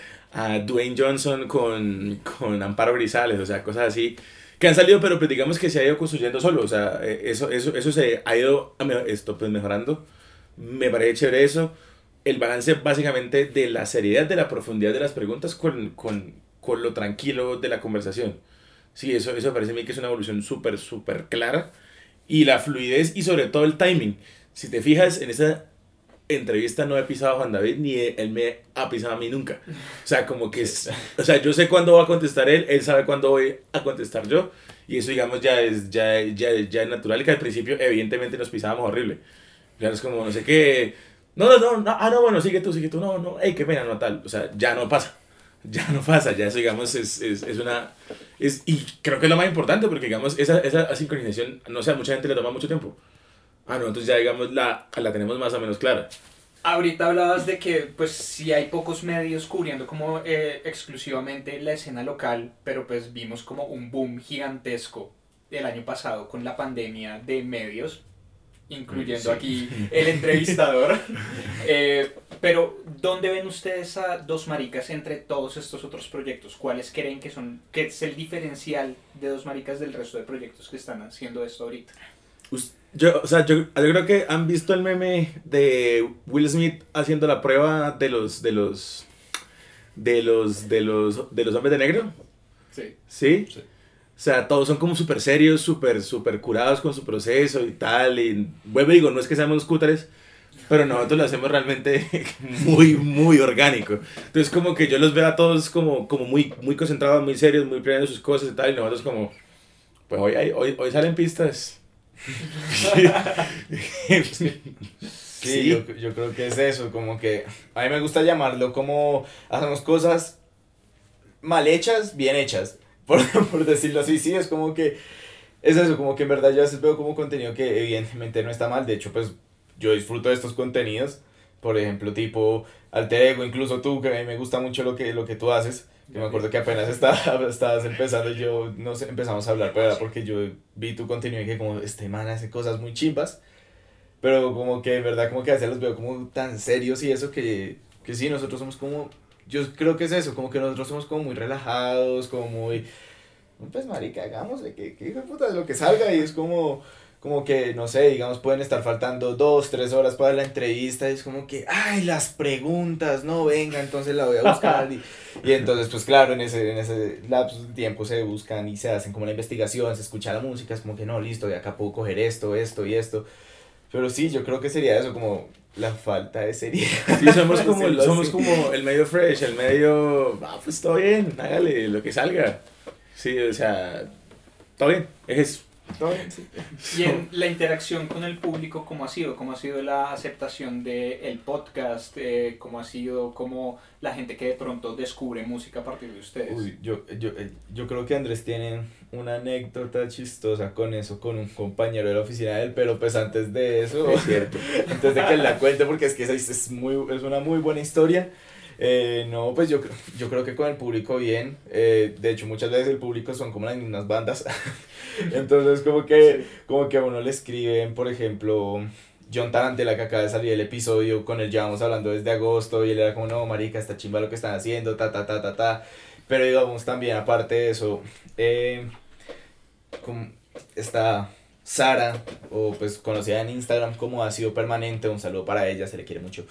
a Dwayne Johnson con, con Amparo Grisales, o sea, cosas así que han salido, pero pues digamos que se ha ido construyendo solo, o sea, eso, eso, eso se ha ido esto, pues, mejorando, me parece chévere eso, el balance básicamente de la seriedad, de la profundidad de las preguntas con, con, con lo tranquilo de la conversación, sí, eso, eso parece a mí que es una evolución súper, súper clara, y la fluidez y sobre todo el timing, si te fijas en esa entrevista no he pisado a Juan David ni él me ha pisado a mí nunca, o sea, como que es, o sea, yo sé cuándo va a contestar él, él sabe cuándo voy a contestar yo, y eso digamos ya es, ya, ya, ya es natural, que al principio evidentemente nos pisábamos horrible, ya es como no sé qué, no, no, no, no, ah, no, bueno, sigue tú, sigue tú, no, no, hey, qué pena, no tal, o sea, ya no pasa, ya no pasa, ya eso digamos es, es, es una, es, y creo que es lo más importante, porque digamos esa, esa sincronización, no sé, a mucha gente le toma mucho tiempo. Ah, no, entonces ya digamos la, la tenemos más o menos clara. Ahorita hablabas de que pues sí hay pocos medios cubriendo como eh, exclusivamente la escena local, pero pues vimos como un boom gigantesco el año pasado con la pandemia de medios, incluyendo sí. Aquí el entrevistador. eh, pero, ¿dónde ven ustedes a Dos Maricas entre todos estos otros proyectos? ¿Cuáles creen que son, que es el diferencial de Dos Maricas del resto de proyectos que están haciendo esto ahorita? Yo, o sea, yo, yo creo que han visto el meme de Will Smith haciendo la prueba de los de los de los de los de los hombres de negro. Sí. ¿Sí? Sí. O sea, todos son como súper serios, súper súper curados con su proceso y tal. Y vuelvo y digo, no es que seamos cúteres, pero nosotros lo hacemos realmente muy, muy orgánico. Entonces como que yo los veo a todos como, como muy, muy concentrados, muy serios, muy planeando sus cosas y tal. Y nosotros como, pues hoy, hay, hoy, hoy salen pistas. Sí, sí. Yo, yo creo que es eso, como que a mí me gusta llamarlo como hacemos cosas mal hechas, bien hechas, por, por decirlo así, sí, es como que es eso, como que en verdad yo a veces veo como contenido que evidentemente no está mal, de hecho pues yo disfruto de estos contenidos, por ejemplo tipo Alter Ego, incluso tú, que a mí me gusta mucho lo que, lo que tú haces. Yo me acuerdo que apenas estaba, estabas empezando y yo, no sé, empezamos a hablar, pero era porque yo vi tu contenido y que como, este man hace cosas muy chimbas, pero como que en verdad como que a veces los veo como tan serios y eso que, que sí, nosotros somos como, yo creo que es eso, como que nosotros somos como muy relajados, como muy, pues marica, hagámosle, que, que hijo de puta, lo que salga y es como... Como que, no sé, digamos, pueden estar faltando dos, tres horas para la entrevista y es como que, ay, las preguntas, no, venga, entonces la voy a buscar. Y, y entonces, pues claro, en ese, en ese lapso de tiempo se buscan y se hacen como la investigación, se escucha la música, es como que no, listo, de acá puedo coger esto, esto y esto. Pero sí, yo creo que sería eso, como la falta de seriedad. Sí, somos como, somos como el medio fresh, el medio, ah, pues todo bien, hágale lo que salga. Sí, o sea, todo bien, es eso. Todo bien, sí. Y en la interacción con el público, ¿cómo ha sido? ¿Cómo ha sido la aceptación del podcast? Eh, ¿Cómo ha sido como la gente que de pronto descubre música a partir de ustedes? Uy, yo, yo, yo creo que Andrés tiene una anécdota chistosa con eso, con un compañero de la oficina de él, pero pues antes de eso, es cierto. antes de que él la cuente, porque es que esa es, muy, es una muy buena historia. Eh, no, pues yo, yo creo que con el público bien, eh, de hecho muchas veces el público son como las mismas bandas, entonces como que, sí. como que a uno le escriben, por ejemplo, John Tarantella, que acaba de salir el episodio, con él llevamos hablando desde agosto, y él era como, no marica, está chimba lo que están haciendo, ta ta ta ta ta, pero digamos también aparte de eso, eh, como está Sara, o pues conocida en Instagram como Ácido Permanente, un saludo para ella, se le quiere mucho,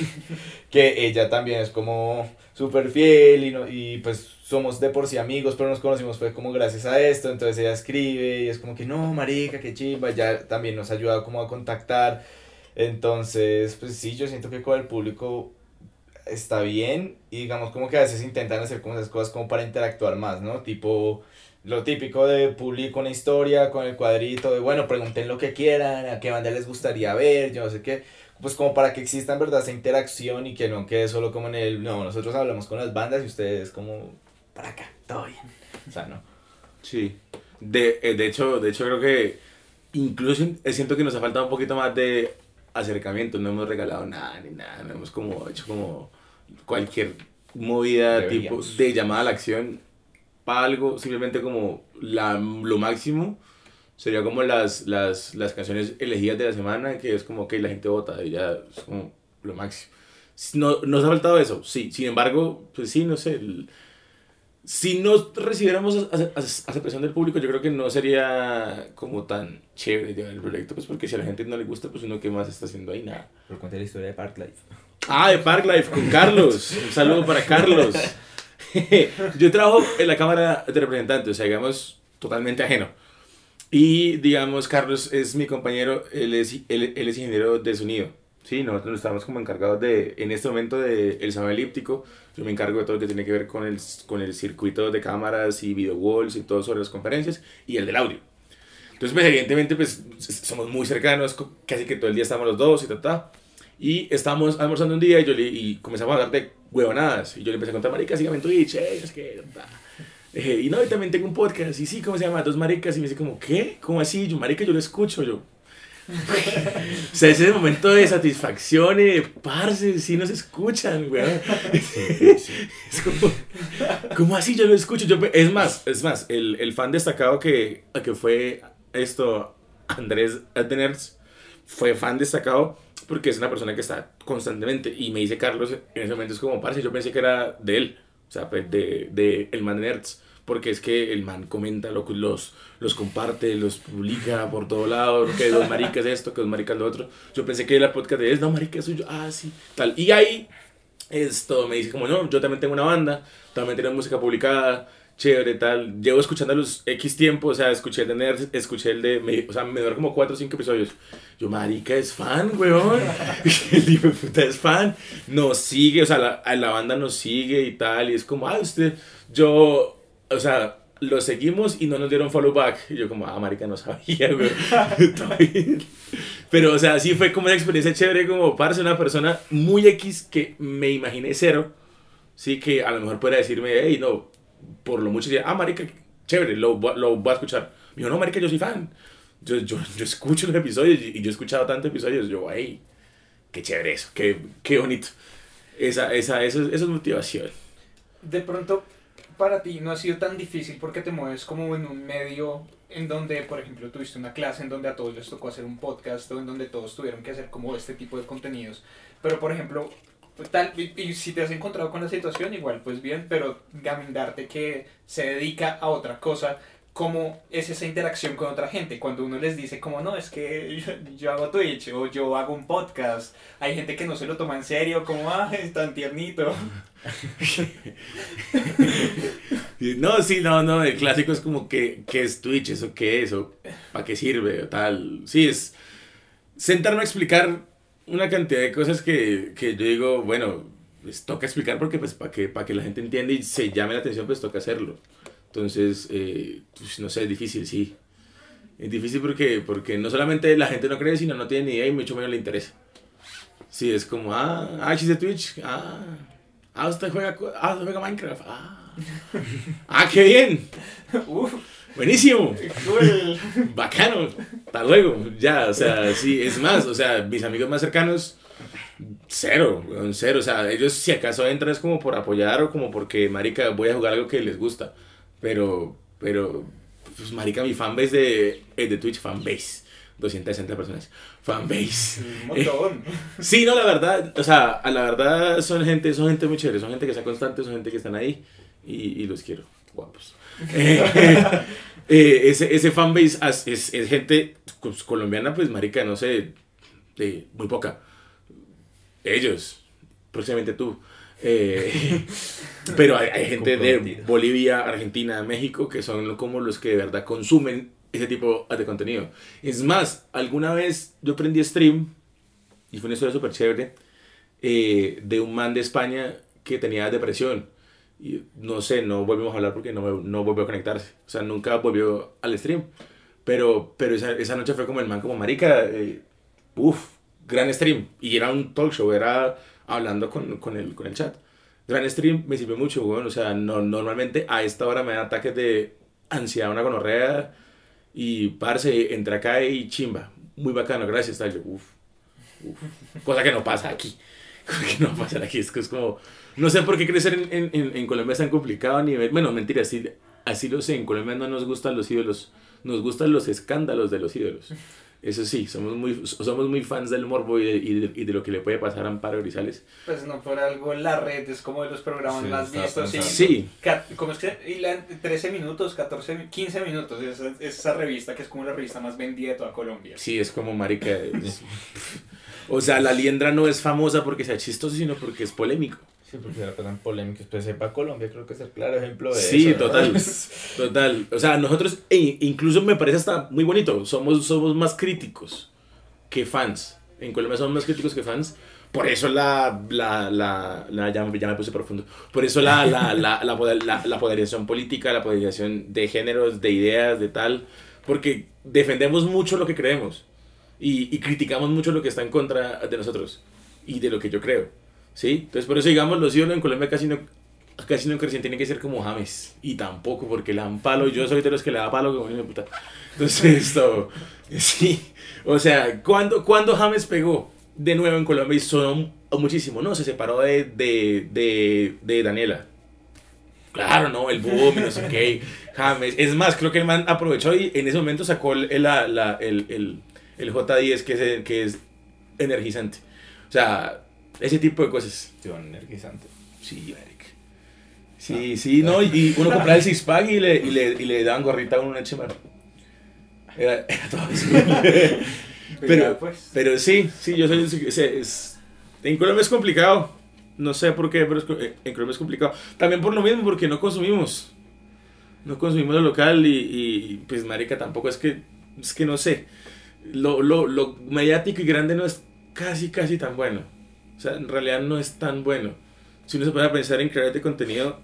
que ella también es como súper fiel y, no, y pues somos de por sí amigos, pero nos conocimos fue como gracias a esto, entonces ella escribe y es como que no, marica, qué chimba, ya también nos ha ayudado como a contactar, entonces pues sí, yo siento que con el público está bien y digamos como que a veces intentan hacer como esas cosas como para interactuar más, ¿no? Tipo... Lo típico de publico una historia con el cuadrito de, bueno, pregunten lo que quieran, a qué banda les gustaría ver, yo no sé qué, pues como para que exista en verdad esa interacción y que no quede solo como en el, no, nosotros hablamos con las bandas y ustedes como, para acá, todo bien, o sea, no. Sí, de, de hecho, de hecho creo que incluso siento que nos ha faltado un poquito más de acercamiento, no hemos regalado nada ni nada, no hemos como hecho como cualquier movida Deberíamos. tipo de llamada a la acción, para algo, simplemente como la, lo máximo sería como las, las, las canciones elegidas de la semana, que es como que la gente vota y ya es como lo máximo. No, ¿Nos ha faltado eso? Sí, sin embargo, pues sí, no sé, el, si no recibiéramos aceptación del público, yo creo que no sería como tan chévere llevar el proyecto, pues porque si a la gente no le gusta, pues uno qué más está haciendo ahí, nada. Pero cuente la historia de Parklife. Ah, de Parklife, con Carlos, un saludo para Carlos. Yo trabajo en la Cámara de Representantes, o sea, digamos, totalmente ajeno. Y, digamos, Carlos es mi compañero, él es, él, él es ingeniero de sonido. Sí, nosotros estamos como encargados de, en este momento, del salón elíptico. Yo me encargo de todo lo que tiene que ver con el, con el circuito de cámaras y video walls y todo sobre las conferencias, y el del audio. Entonces, pues, evidentemente, pues, somos muy cercanos, casi que todo el día estamos los dos y tal, tal. Y estábamos almorzando un día y, yo le, y comenzamos a hablar de huevonadas. Y yo le empecé a contar, marica, sígame en Twitch, eh, es que... Eh, y no, y también tengo un podcast, y sí, ¿cómo se llama? Dos maricas, y me dice como, ¿qué? ¿Cómo así? Yo, marica, yo lo escucho, yo. O sea, ese momento de satisfacción y de parce, sí nos escuchan, weón. Sí, sí. Es como, ¿cómo así? Yo lo escucho. Yo, es más, es más, el, el fan destacado que, que fue esto, Andrés Adnerz, fue fan destacado porque es una persona que está constantemente, y me dice Carlos, en ese momento es como, parce, yo pensé que era de él, o sea, pues de, de el man Nerds, porque es que el man comenta, lo, los, los comparte, los publica por todo lado, que dos maricas esto, que dos maricas lo otro. Yo pensé que era el podcast de él, no, marica, soy yo, ah, sí, tal. Y ahí, esto me dice como, no, yo también tengo una banda, también tengo música publicada, chévere, tal. Llevo escuchando los X tiempo, o sea, escuché el de Nerds, escuché el de, me, o sea, me duró como cuatro o cinco episodios. Yo, marica, es fan, weón. El hijo de puta es fan. Nos sigue, o sea, la, la banda nos sigue y tal, y es como, ah, usted, yo... O sea, lo seguimos y no nos dieron follow back. Y yo como, ah, marica, no sabía, güey. Pero, o sea, sí fue como una experiencia chévere, como, parce, una persona muy X que me imaginé cero. Sí, que a lo mejor pueda decirme, hey, no, por lo mucho, diría, ah, marica, chévere, lo, lo voy a escuchar. Me dijo, no, marica, yo soy fan. Yo, yo, yo escucho los episodios y yo he escuchado tantos episodios. Yo, hey, qué chévere eso, qué, qué bonito. Esa, esa, eso, eso es motivación. De pronto... Para ti no ha sido tan difícil porque te mueves como en un medio en donde, por ejemplo, tuviste una clase en donde a todos les tocó hacer un podcast o en donde todos tuvieron que hacer como este tipo de contenidos. Pero, por ejemplo, tal, y, y si te has encontrado con la situación, igual, pues bien, pero gamindarte que se dedica a otra cosa, ¿cómo es esa interacción con otra gente? Cuando uno les dice como, no, es que yo, yo hago Twitch o yo hago un podcast, hay gente que no se lo toma en serio, como, ah, es tan tiernito. No, sí, no, no, el clásico es como, ¿qué, qué es Twitch? ¿Eso qué es? ¿O para qué sirve? O tal. Sí, es sentarme a explicar una cantidad de cosas que, que yo digo, bueno, pues toca explicar porque pues para que, para que la gente entienda y se llame la atención, pues toca hacerlo. Entonces, eh, pues, no sé, es difícil, sí. Es difícil porque, porque no solamente la gente no cree, sino no tiene ni idea y mucho menos le interesa. Sí, es como, ah, ah, chiste de Twitch, ah, ah, usted juega, ah, usted juega Minecraft, ah, ah, qué bien, Uf, buenísimo, cool. bacano, hasta luego, ya, o sea, sí, es más, o sea, mis amigos más cercanos, cero, weón, cero, o sea, ellos si acaso entran es como por apoyar o como porque, marica, voy a jugar algo que les gusta, pero, pero, pues, marica, mi fanbase de, es de Twitch, fanbase. doscientas sesenta personas. Fanbase. Un montón. Eh, sí, no, la verdad, o sea, a la verdad son gente, son gente muy chévere, son gente que está constante, son gente que están ahí y, y los quiero, guapos. Eh, eh, ese, ese fanbase es, es, es gente pues, colombiana, pues marica, no sé, eh, muy poca. Ellos, próximamente tú. Eh, pero hay, hay gente de Bolivia, Argentina, México que son como los que de verdad consumen ese tipo de contenido. Es más, alguna vez yo prendí stream y fue una historia súper chévere eh, de un man de España que tenía depresión y no sé, no volvimos a hablar porque no, no volvió a conectarse, o sea, nunca volvió al stream, pero, pero esa, esa noche fue como el man como marica, eh, uff, gran stream, y era un talk show, era hablando con, con, el, con el chat. Gran stream me sirvió mucho, bueno, o sea, no, normalmente a esta hora me dan ataques de ansiedad, una gonorrea. Y parce, entra acá y chimba. Muy bacano, gracias, tal. Uf, uf. Cosa que no pasa aquí. Cosa que no pasa aquí. Es que es como. No sé por qué crecer en, en, en Colombia es tan complicado a nivel. Bueno, mentira, así, así lo sé. En Colombia no nos gustan los ídolos. Nos gustan los escándalos de los ídolos. Eso sí, somos muy, somos muy fans del morbo y de, y, de, y de lo que le puede pasar a Amparo Grisales. Pues no por algo la red es como de los programas sí, más vistos. Sí. sí. ¿Cómo es que? Y la, trece minutos, catorce, quince minutos. Esa, esa revista que es como la revista más vendida de toda Colombia. Sí, es como marica. Es, o sea, la liendra no es famosa porque sea chistoso, sino porque es polémico. Sí, porque era tan polémico. Pues sepa Colombia, creo que es el claro ejemplo de sí, eso. Sí, total. Total. O sea, nosotros, e incluso me parece hasta muy bonito. Somos, somos más críticos que fans. En Colombia somos más críticos que fans. Por eso la. la, la, la ya, ya me puse profundo. Por eso la, la, la, la, la, la, la polarización política, la polarización de géneros, de ideas, de tal. Porque defendemos mucho lo que creemos. Y, y criticamos mucho lo que está en contra de nosotros. Y de lo que yo creo. ¿Sí? Entonces por eso digamos los ídolos en Colombia casi no casi no crecen, tienen que ser como James y tampoco porque le dan palo, yo soy de los que le da palo como mi puta. Entonces esto sí, o sea, cuando cuando James pegó de nuevo en Colombia y sonó muchísimo, no, se separó de de de, de Daniela. Claro, no, el boom, no sé qué, James, es más, creo que el man aprovechó y en ese momento sacó el la, la, el, el, el J diez que es que es energizante. O sea, ese tipo de cosas. Tío, energizante. Sí, Eric. Sí, sí, no, y, y uno compraba el six-pack y le, y, le, y le daban gorrita a uno en el chimar. Era, era todo eso. pero, pues. pero sí, sí, yo soy... Es, es, en Colombia es complicado. No sé por qué, pero es, en Colombia es complicado. También por lo mismo, porque no consumimos. No consumimos lo local y, y pues, marica, tampoco es que... Es que no sé. Lo, lo, lo mediático y grande no es casi, casi tan bueno. O sea, en realidad no es tan bueno. Si uno se pone a pensar en creadores de contenido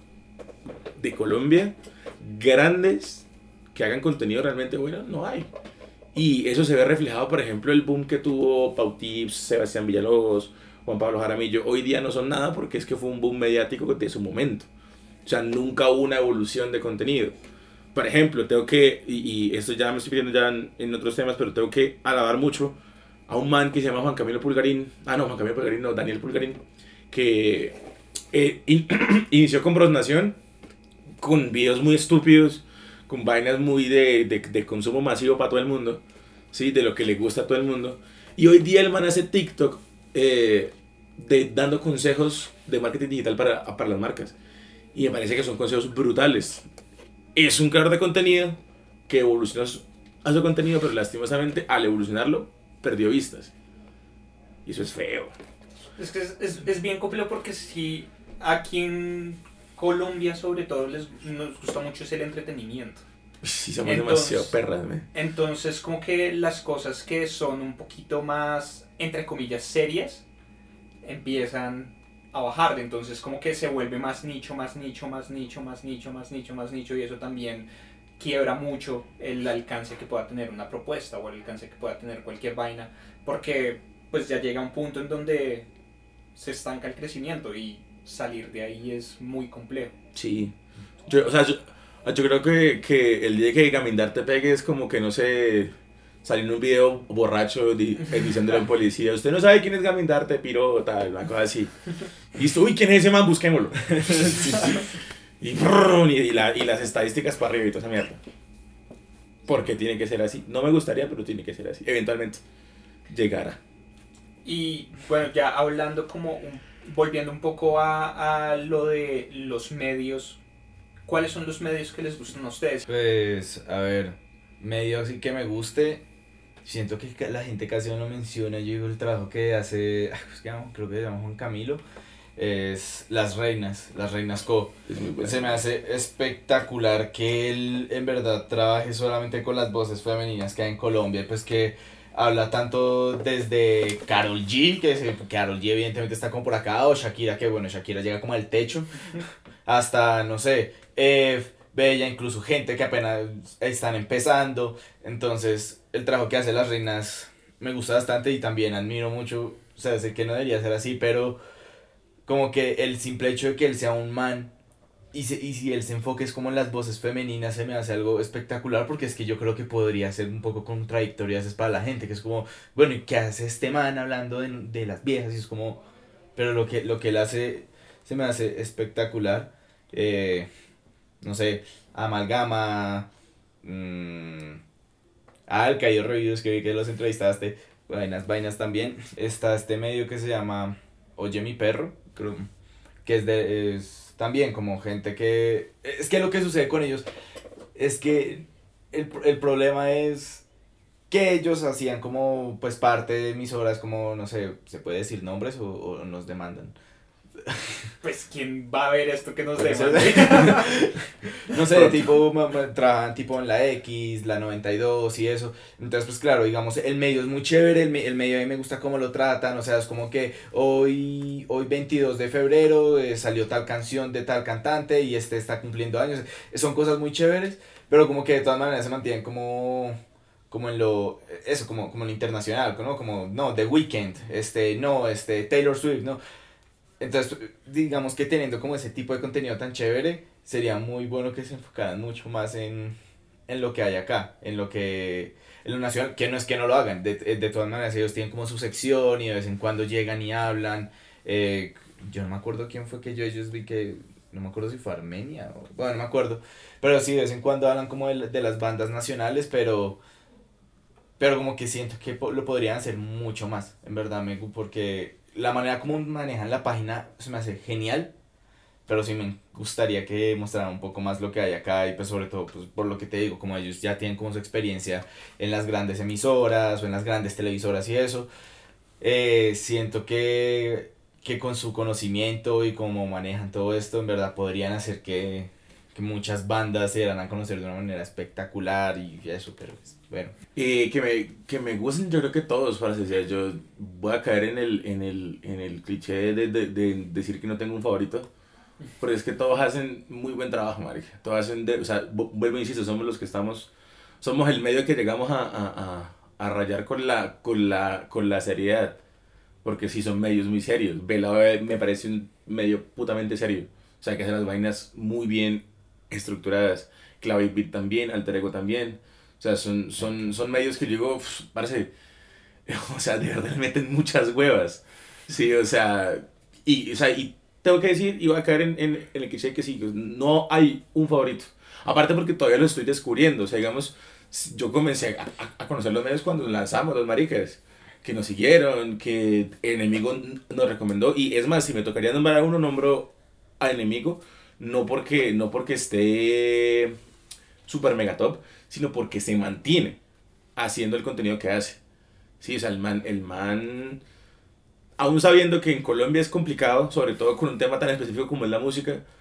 de Colombia, grandes, que hagan contenido realmente bueno, no hay. Y eso se ve reflejado, por ejemplo, el boom que tuvo Pau Tips, Sebastián Villalobos, Juan Pablo Jaramillo. Hoy día no son nada porque es que fue un boom mediático de su momento. O sea, nunca hubo una evolución de contenido. Por ejemplo, tengo que, y, y esto ya me estoy pidiendo ya en, en otros temas, pero tengo que alabar mucho a un man que se llama Juan Camilo Pulgarín, ah no, Juan Camilo Pulgarín, no, Daniel Pulgarín, que eh, in, inició con Bros Nación, con videos muy estúpidos, con vainas muy de, de, de consumo masivo para todo el mundo, ¿sí? De lo que le gusta a todo el mundo, y hoy día el man hace TikTok eh, de, dando consejos de marketing digital para, para las marcas, y me parece que son consejos brutales. Es un creador de contenido que evoluciona su, a su contenido, pero lastimosamente al evolucionarlo perdió vistas. Y eso es feo. Es que es, es, es bien complejo porque si aquí en Colombia sobre todo les, nos gusta mucho es el entretenimiento. Sí, somos Entonces- demasiado perras, man. Entonces, como que las cosas que son un poquito más, entre comillas, serias, empiezan a bajar. Entonces, como que se vuelve más nicho, más nicho, más nicho, más nicho, más nicho, más nicho, y eso también quiebra mucho el alcance que pueda tener una propuesta o el alcance que pueda tener cualquier vaina, porque pues ya llega un punto en donde se estanca el crecimiento y salir de ahí es muy complejo. Sí. Yo, o sea, yo, yo creo que, que el día que Gamindar te pegue es como que, no sé, salir en un video borracho di, eh, diciéndole a un policía, usted no sabe quién es Gamindar, te piro, tal, una cosa así. Y esto, uy, ¿quién es ese man? Busquémoslo. Sí, sí. Y, brrr, y, y, la, y las estadísticas para arriba y toda esa mierda. Porque tiene que ser así. No me gustaría, pero tiene que ser así. Eventualmente llegará. Y bueno, ya hablando como, un- volviendo un poco a, a lo de los medios, ¿cuáles son los medios que les gustan a ustedes? Pues, a ver, medio así que me guste. Siento que ca- la gente casi no lo menciona. Yo digo el trabajo que hace, ah, pues, que llama- creo que se llama Juan Camilo, es Las Reinas, Las Reinas Co. Es muy bueno. Se me hace espectacular que él en verdad trabaje solamente con las voces femeninas que hay en Colombia, pues que habla tanto desde Karol G, que se- Karol G evidentemente está como por acá, o Shakira, que bueno, Shakira llega como al techo, hasta, no sé, Eve, Bella, incluso gente que apenas están empezando. Entonces, el trabajo que hace Las Reinas me gusta bastante y también admiro mucho, o sea, sé que no debería ser así, pero como que el simple hecho de que él sea un man y, se, y si él se enfoque es como en las voces femeninas se me hace algo espectacular porque es que yo creo que podría ser un poco contradictorio a veces para la gente, que es como, bueno, ¿y qué hace este man hablando de, de las viejas? Y es como, pero lo que, lo que él hace se me hace espectacular. Eh, no sé, Amalgama, mmm, ah, el Caído Reviews, que vi que los entrevistaste, vainas, vainas también. Está este medio que se llama Oye mi perro, creo, que es de, es también como gente que, es que lo que sucede con ellos es que el, el problema es que ellos hacían como pues parte de emisoras como, no sé, se puede decir nombres o, o nos demandan. Pues, ¿quién va a ver esto que nos Puede ser. demande? No sé, tipo, ma- ma- trabajan tipo en la X, la noventa y dos y eso. Entonces, pues claro, digamos, el medio es muy chévere, el, me- el medio a mí me gusta cómo lo tratan, o sea, es como que hoy, hoy veintidós de febrero eh, salió tal canción de tal cantante y este está cumpliendo años. Son cosas muy chéveres, pero como que de todas maneras se mantienen como como en lo eso como como en lo internacional, ¿no? Como no, The Weeknd, este no, este Taylor Swift, ¿no? Entonces, digamos que teniendo como ese tipo de contenido tan chévere, sería muy bueno que se enfocaran mucho más en, en lo que hay acá, en lo que, en lo nacional, que no es que no lo hagan, de, de todas maneras ellos tienen como su sección y de vez en cuando llegan y hablan. Eh, yo no me acuerdo quién fue que yo ellos vi que, no me acuerdo si fue Armenia, o, bueno, no me acuerdo, pero sí, de vez en cuando hablan como de, de las bandas nacionales, pero, pero como que siento que po- lo podrían hacer mucho más, en verdad, me, gu- porque la manera como manejan la página se me hace genial, pero sí me gustaría que mostraran un poco más lo que hay acá y pues sobre todo pues por lo que te digo, como ellos ya tienen como su experiencia en las grandes emisoras o en las grandes televisoras y eso, eh, siento que, que con su conocimiento y cómo manejan todo esto en verdad podrían hacer que, que muchas bandas se dieran a conocer de una manera espectacular y eso, pero pues, bueno. Y que me, que me gusten, yo creo que todos, para ser yo voy a caer en el, en el, en el cliché de, de, de decir que no tengo un favorito, pero es que todos hacen muy buen trabajo, marica. Todos hacen, de, o sea, vu- vuelvo e insisto, somos los que estamos, somos el medio que llegamos a, a, a, a rayar con la, con, la, con la seriedad, porque sí son medios muy serios. Vela me parece un medio putamente serio, o sea, que hace las vainas muy bien estructuradas. Clave Beat también, Alter Ego también. O sea, son, son, son medios que yo digo, "Uf, parece, o sea, de verdad le meten muchas huevas. Sí, o sea, y, o sea, y tengo que decir, y voy a caer en, en, en el cliché que sí, no hay un favorito. Aparte porque todavía lo estoy descubriendo, o sea, digamos, yo comencé a, a, a conocer los medios cuando lanzamos los maricas, que nos siguieron, que Enemigo nos recomendó, y es más, si me tocaría nombrar a uno, nombro a Enemigo, no porque, no porque esté super mega top, sino porque se mantiene haciendo el contenido que hace. Sí, o sea, el man, el man, aún sabiendo que en Colombia es complicado, sobre todo con un tema tan específico como es la música,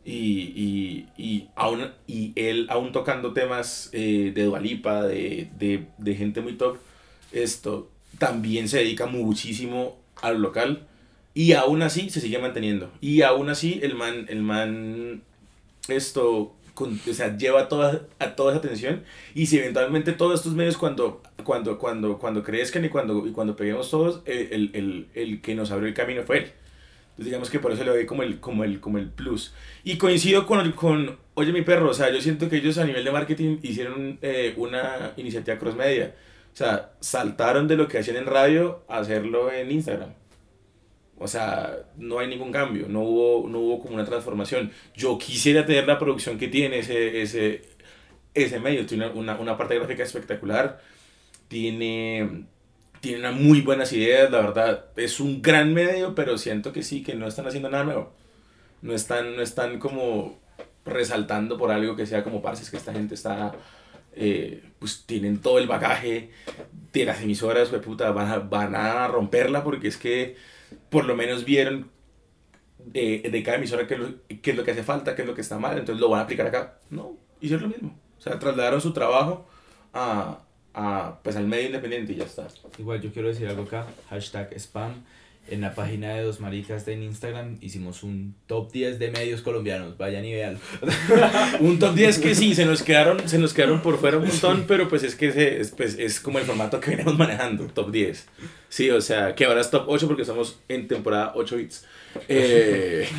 Y, y, y, aún, y él aún tocando temas eh, de Dua Lipa, de, de, de gente muy top, esto también se dedica muchísimo a lo local y aún así se sigue manteniendo. Y aún así el man, el man esto, con, o sea, lleva toda, a toda esa atención y si eventualmente todos estos medios cuando, cuando, cuando, cuando crezcan y cuando, y cuando peguemos todos, el, el, el que nos abrió el camino fue él. Entonces digamos que por eso le doy como el, como el, como el plus. Y coincido con, el, con Oye Mi Perro, o sea, yo siento que ellos a nivel de marketing hicieron eh, una iniciativa cross media. O sea, saltaron de lo que hacían en radio a hacerlo en Instagram. O sea, no hay ningún cambio, no hubo, no hubo como una transformación. Yo quisiera tener la producción que tiene ese, ese, ese medio. Tiene una, una parte gráfica espectacular, tiene... Tiene unas muy buenas ideas, la verdad. Es un gran medio, pero siento que sí, que no están haciendo nada nuevo. No están, no están como resaltando por algo que sea como, parce, es que esta gente está... Eh, pues tienen todo el bagaje de las emisoras, pues puta, van a, van a romperla porque es que por lo menos vieron de, de cada emisora qué es, lo, qué es lo que hace falta, qué es lo que está mal, entonces lo van a aplicar acá. No, hicieron lo mismo. O sea, trasladaron su trabajo a... A, pues al medio independiente y ya está. Igual yo quiero decir algo acá, hashtag spam. En la página de Dos Maricas de en Instagram hicimos un top diez de medios colombianos, vayan y vean. Un top diez que sí, se nos quedaron, se nos quedaron por fuera un montón, pero pues es que se, es, pues, es como el formato que venimos manejando, top diez. Sí, o sea, que ahora es top ocho porque estamos en temporada ocho bits. Eh,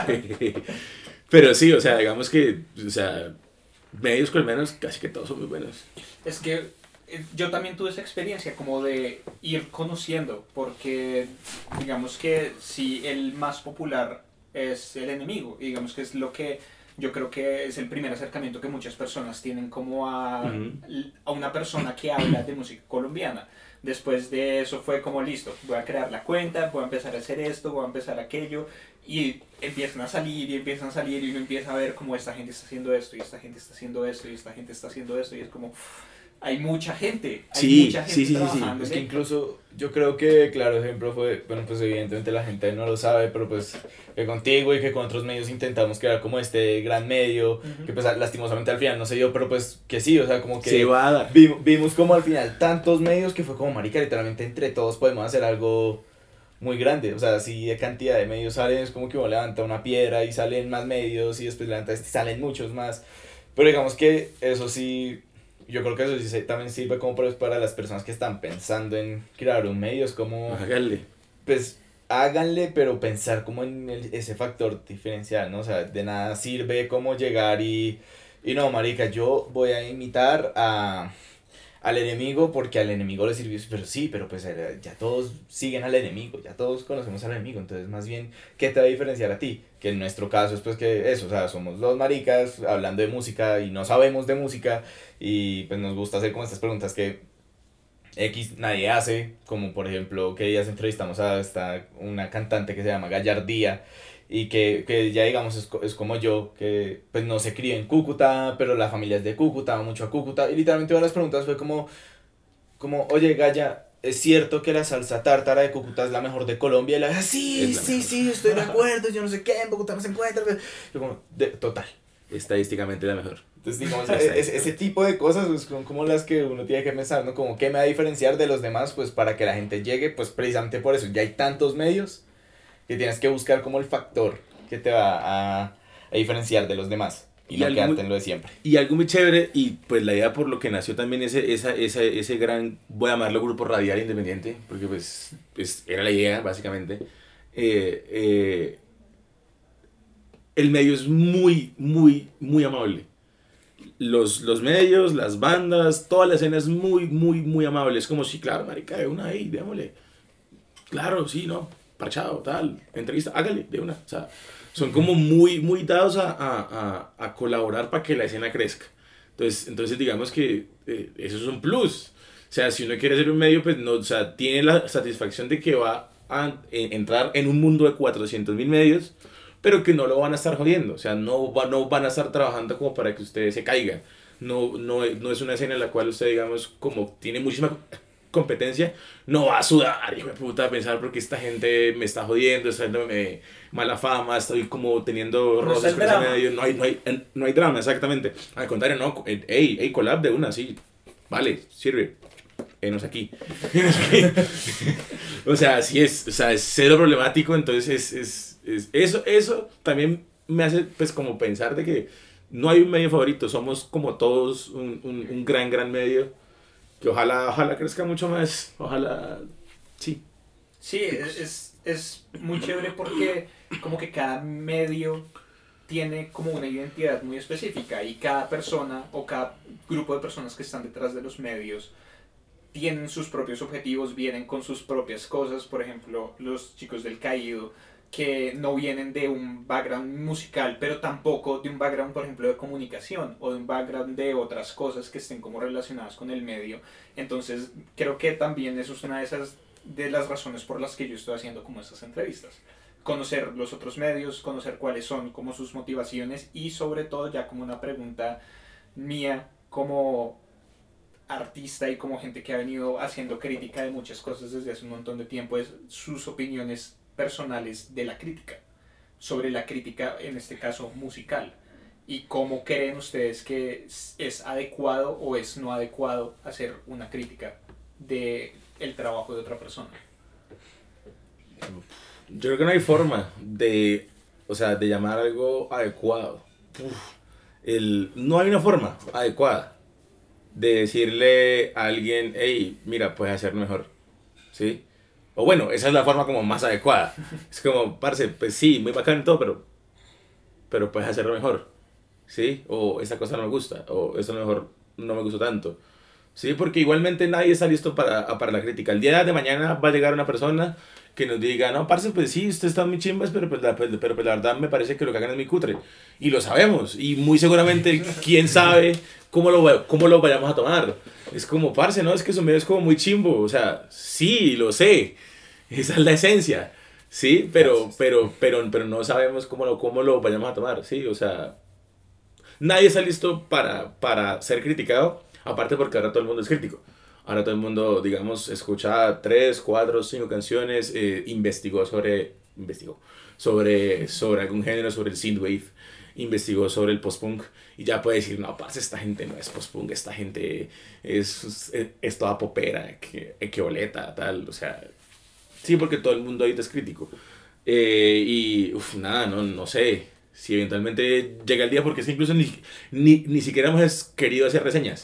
pero sí, o sea, digamos que, o sea, medios colombianos casi que todos son muy buenos. Es que yo también tuve esa experiencia como de ir conociendo, porque digamos que si el más popular es El Enemigo, digamos que es lo que yo creo que es el primer acercamiento que muchas personas tienen como a, uh-huh. a una persona que habla de música colombiana. Después de eso fue como listo, voy a crear la cuenta, voy a empezar a hacer esto, voy a empezar aquello, y empiezan a salir y empiezan a salir y uno empieza a ver cómo esta gente está haciendo esto y esta gente está haciendo esto y esta gente está haciendo esto y es como... Hay mucha gente, hay sí, mucha gente sí, sí, trabajando. Sí, sí. Es que incluso yo creo que, claro, ejemplo fue, bueno, pues evidentemente la gente no lo sabe, pero pues que contigo y que con otros medios intentamos crear como este gran medio, uh-huh. que pues lastimosamente al final no se dio, pero pues que sí, o sea, como que se va a dar. Vimos, vimos como al final tantos medios que fue como, marica, literalmente entre todos podemos hacer algo muy grande, o sea, si de cantidad de medios salen, es como que uno levanta una piedra y salen más medios y después levanta este, salen muchos más, pero digamos que eso sí... Yo creo que eso sí también sirve como para las personas que están pensando en crear un medio, es como... Háganle. Pues háganle, pero pensar como en el, ese factor diferencial, ¿no? O sea, de nada sirve como llegar y... Y no, marica, yo voy a imitar a... al enemigo porque al enemigo le sirvió, pero sí, pero pues ya todos siguen al enemigo, ya todos conocemos al enemigo, entonces más bien, ¿qué te va a diferenciar a ti? Que en nuestro caso es pues que eso, o sea, somos dos maricas hablando de música y no sabemos de música y pues nos gusta hacer como estas preguntas que X nadie hace, como por ejemplo que días entrevistamos a esta, una cantante que se llama Gallardía y que, que ya digamos es, es como yo, que pues no se crió en Cúcuta, pero la familia es de Cúcuta, va mucho a Cúcuta, y literalmente una de las preguntas fue como, como oye Galla, ¿es cierto que la salsa tártara de Cúcuta es la mejor de Colombia? Y la dije, sí, sí, mejor. sí, estoy de acuerdo, yo no sé qué, en Bogotá no se encuentra, yo como, de, total. Estadísticamente la mejor. Entonces, digamos, ese, ese tipo de cosas pues, son como las que uno tiene que pensar, ¿no? Como, ¿qué me va a diferenciar de los demás? Pues para que la gente llegue, pues precisamente por eso, ya hay tantos medios que tienes que buscar como el factor que te va a, a diferenciar de los demás y, y no quedarte muy, en lo de siempre. Y algo muy chévere, y pues la idea por lo que nació también ese, esa, esa, ese gran, voy a llamarlo grupo radial independiente, porque pues, pues era la idea básicamente. Eh, eh, el medio es muy, muy, muy amable. Los, los medios, las bandas, toda la escena es muy, muy, muy amable. Es como si, claro, marica, de una ahí, démosle. Claro, sí, no, parchado, tal, entrevista, hágale, de una. O sea, son como muy, muy dados a, a, a, a colaborar para que la escena crezca. Entonces, entonces digamos que eh, eso es un plus. O sea, si uno quiere hacer un medio, pues no, o sea, tiene la satisfacción de que va a en, entrar en un mundo de cuatrocientos mil medios, pero que no lo van a estar jodiendo. O sea, no, va, no van a estar trabajando como para que usted se caiga. No, no, no es una escena en la cual usted, digamos, como tiene muchísima competencia, no va a sudar, hijo de puta, a pensar porque esta gente me está jodiendo, está dándome mala fama, estoy como teniendo No roces está el con ese drama. medio, no hay, no, hay, no hay drama, exactamente. Al contrario, no, ey, ey, collab de una, sí, vale, sirve. Enos aquí. O sea, sí es, o sea, es cero problemático, entonces es, es, es, eso, eso también me hace pues como pensar de que no hay un medio favorito, somos como todos un, un, un gran, gran medio, que ojalá, ojalá crezca mucho más, ojalá, sí. Sí, es, es, es muy chévere porque como que cada medio tiene como una identidad muy específica y cada persona o cada grupo de personas que están detrás de los medios tienen sus propios objetivos, vienen con sus propias cosas. Por ejemplo, los chicos del Caído, que no vienen de un background musical, pero tampoco de un background, por ejemplo, de comunicación o de un background de otras cosas que estén como relacionadas con el medio. Entonces, creo que también eso es una de esas de las razones por las que yo estoy haciendo como estas entrevistas. Conocer los otros medios, conocer cuáles son como sus motivaciones y sobre todo ya como una pregunta mía como artista y como gente que ha venido haciendo crítica de muchas cosas desde hace un montón de tiempo, es sus opiniones personales de la crítica, sobre la crítica en este caso musical, y cómo creen ustedes que es adecuado o es no adecuado hacer una crítica de el trabajo de otra persona. Yo creo que no hay forma de, o sea, de llamar algo adecuado. Uf, el, no hay una forma adecuada de decirle a alguien, hey, mira, puedes hacerlo mejor, ¿sí? O bueno, esa es la forma como más adecuada. Es como, parce, pues sí, muy bacán y todo, pero, pero puedes hacerlo mejor, ¿sí? O esta cosa no me gusta, o esto mejor no me gustó tanto, ¿sí? Porque igualmente nadie está listo para, para la crítica. El día de mañana va a llegar una persona que nos diga, no, parce, pues sí, usted está muy chimbas, pero pues, la, pero, pero pues la verdad me parece que lo que hagan es muy cutre. Y lo sabemos, y muy seguramente, quién sabe cómo lo, cómo lo vayamos a tomar. Es como, parce, no, es que su medio es como muy chimbo, o sea, sí, lo sé, esa es la esencia, sí, pero, pero, pero, pero no sabemos cómo lo, cómo lo vayamos a tomar, sí, o sea, nadie está listo para, para ser criticado, aparte porque ahora todo el mundo es crítico. Ahora todo el mundo, digamos, escucha tres, cuatro, cinco canciones, eh, investigó sobre, investigó sobre, sobre algún género, sobre el synthwave, investigó sobre el post-punk y ya puede decir, no, parce, esta gente no es post-punk, esta gente es, es, es toda popera, que, que boleta, tal, o sea, sí, porque todo el mundo ahorita es crítico. Eh, y, uff, nada, no, no sé si eventualmente llega el día, porque es que incluso ni, ni, ni siquiera hemos querido hacer reseñas.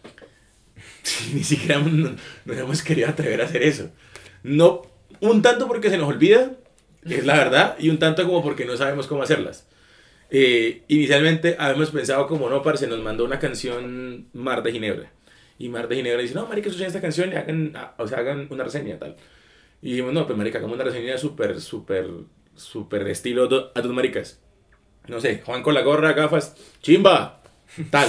Ni siquiera nos, nos hemos querido atrever a hacer eso. No, un tanto porque se nos olvida, es la verdad, y un tanto como porque no sabemos cómo hacerlas. Eh, inicialmente habíamos pensado como, no, parce, nos mandó una canción Mar de Ginebra. Y Mar de Ginebra dice, no, marica, escuchen esta canción y hagan, o sea, hagan una reseña, tal. Y dijimos, no, pues marica, hagamos una reseña súper, súper, súper estilo do, a tus maricas. No sé, Juan con la gorra, gafas, chimba, tal.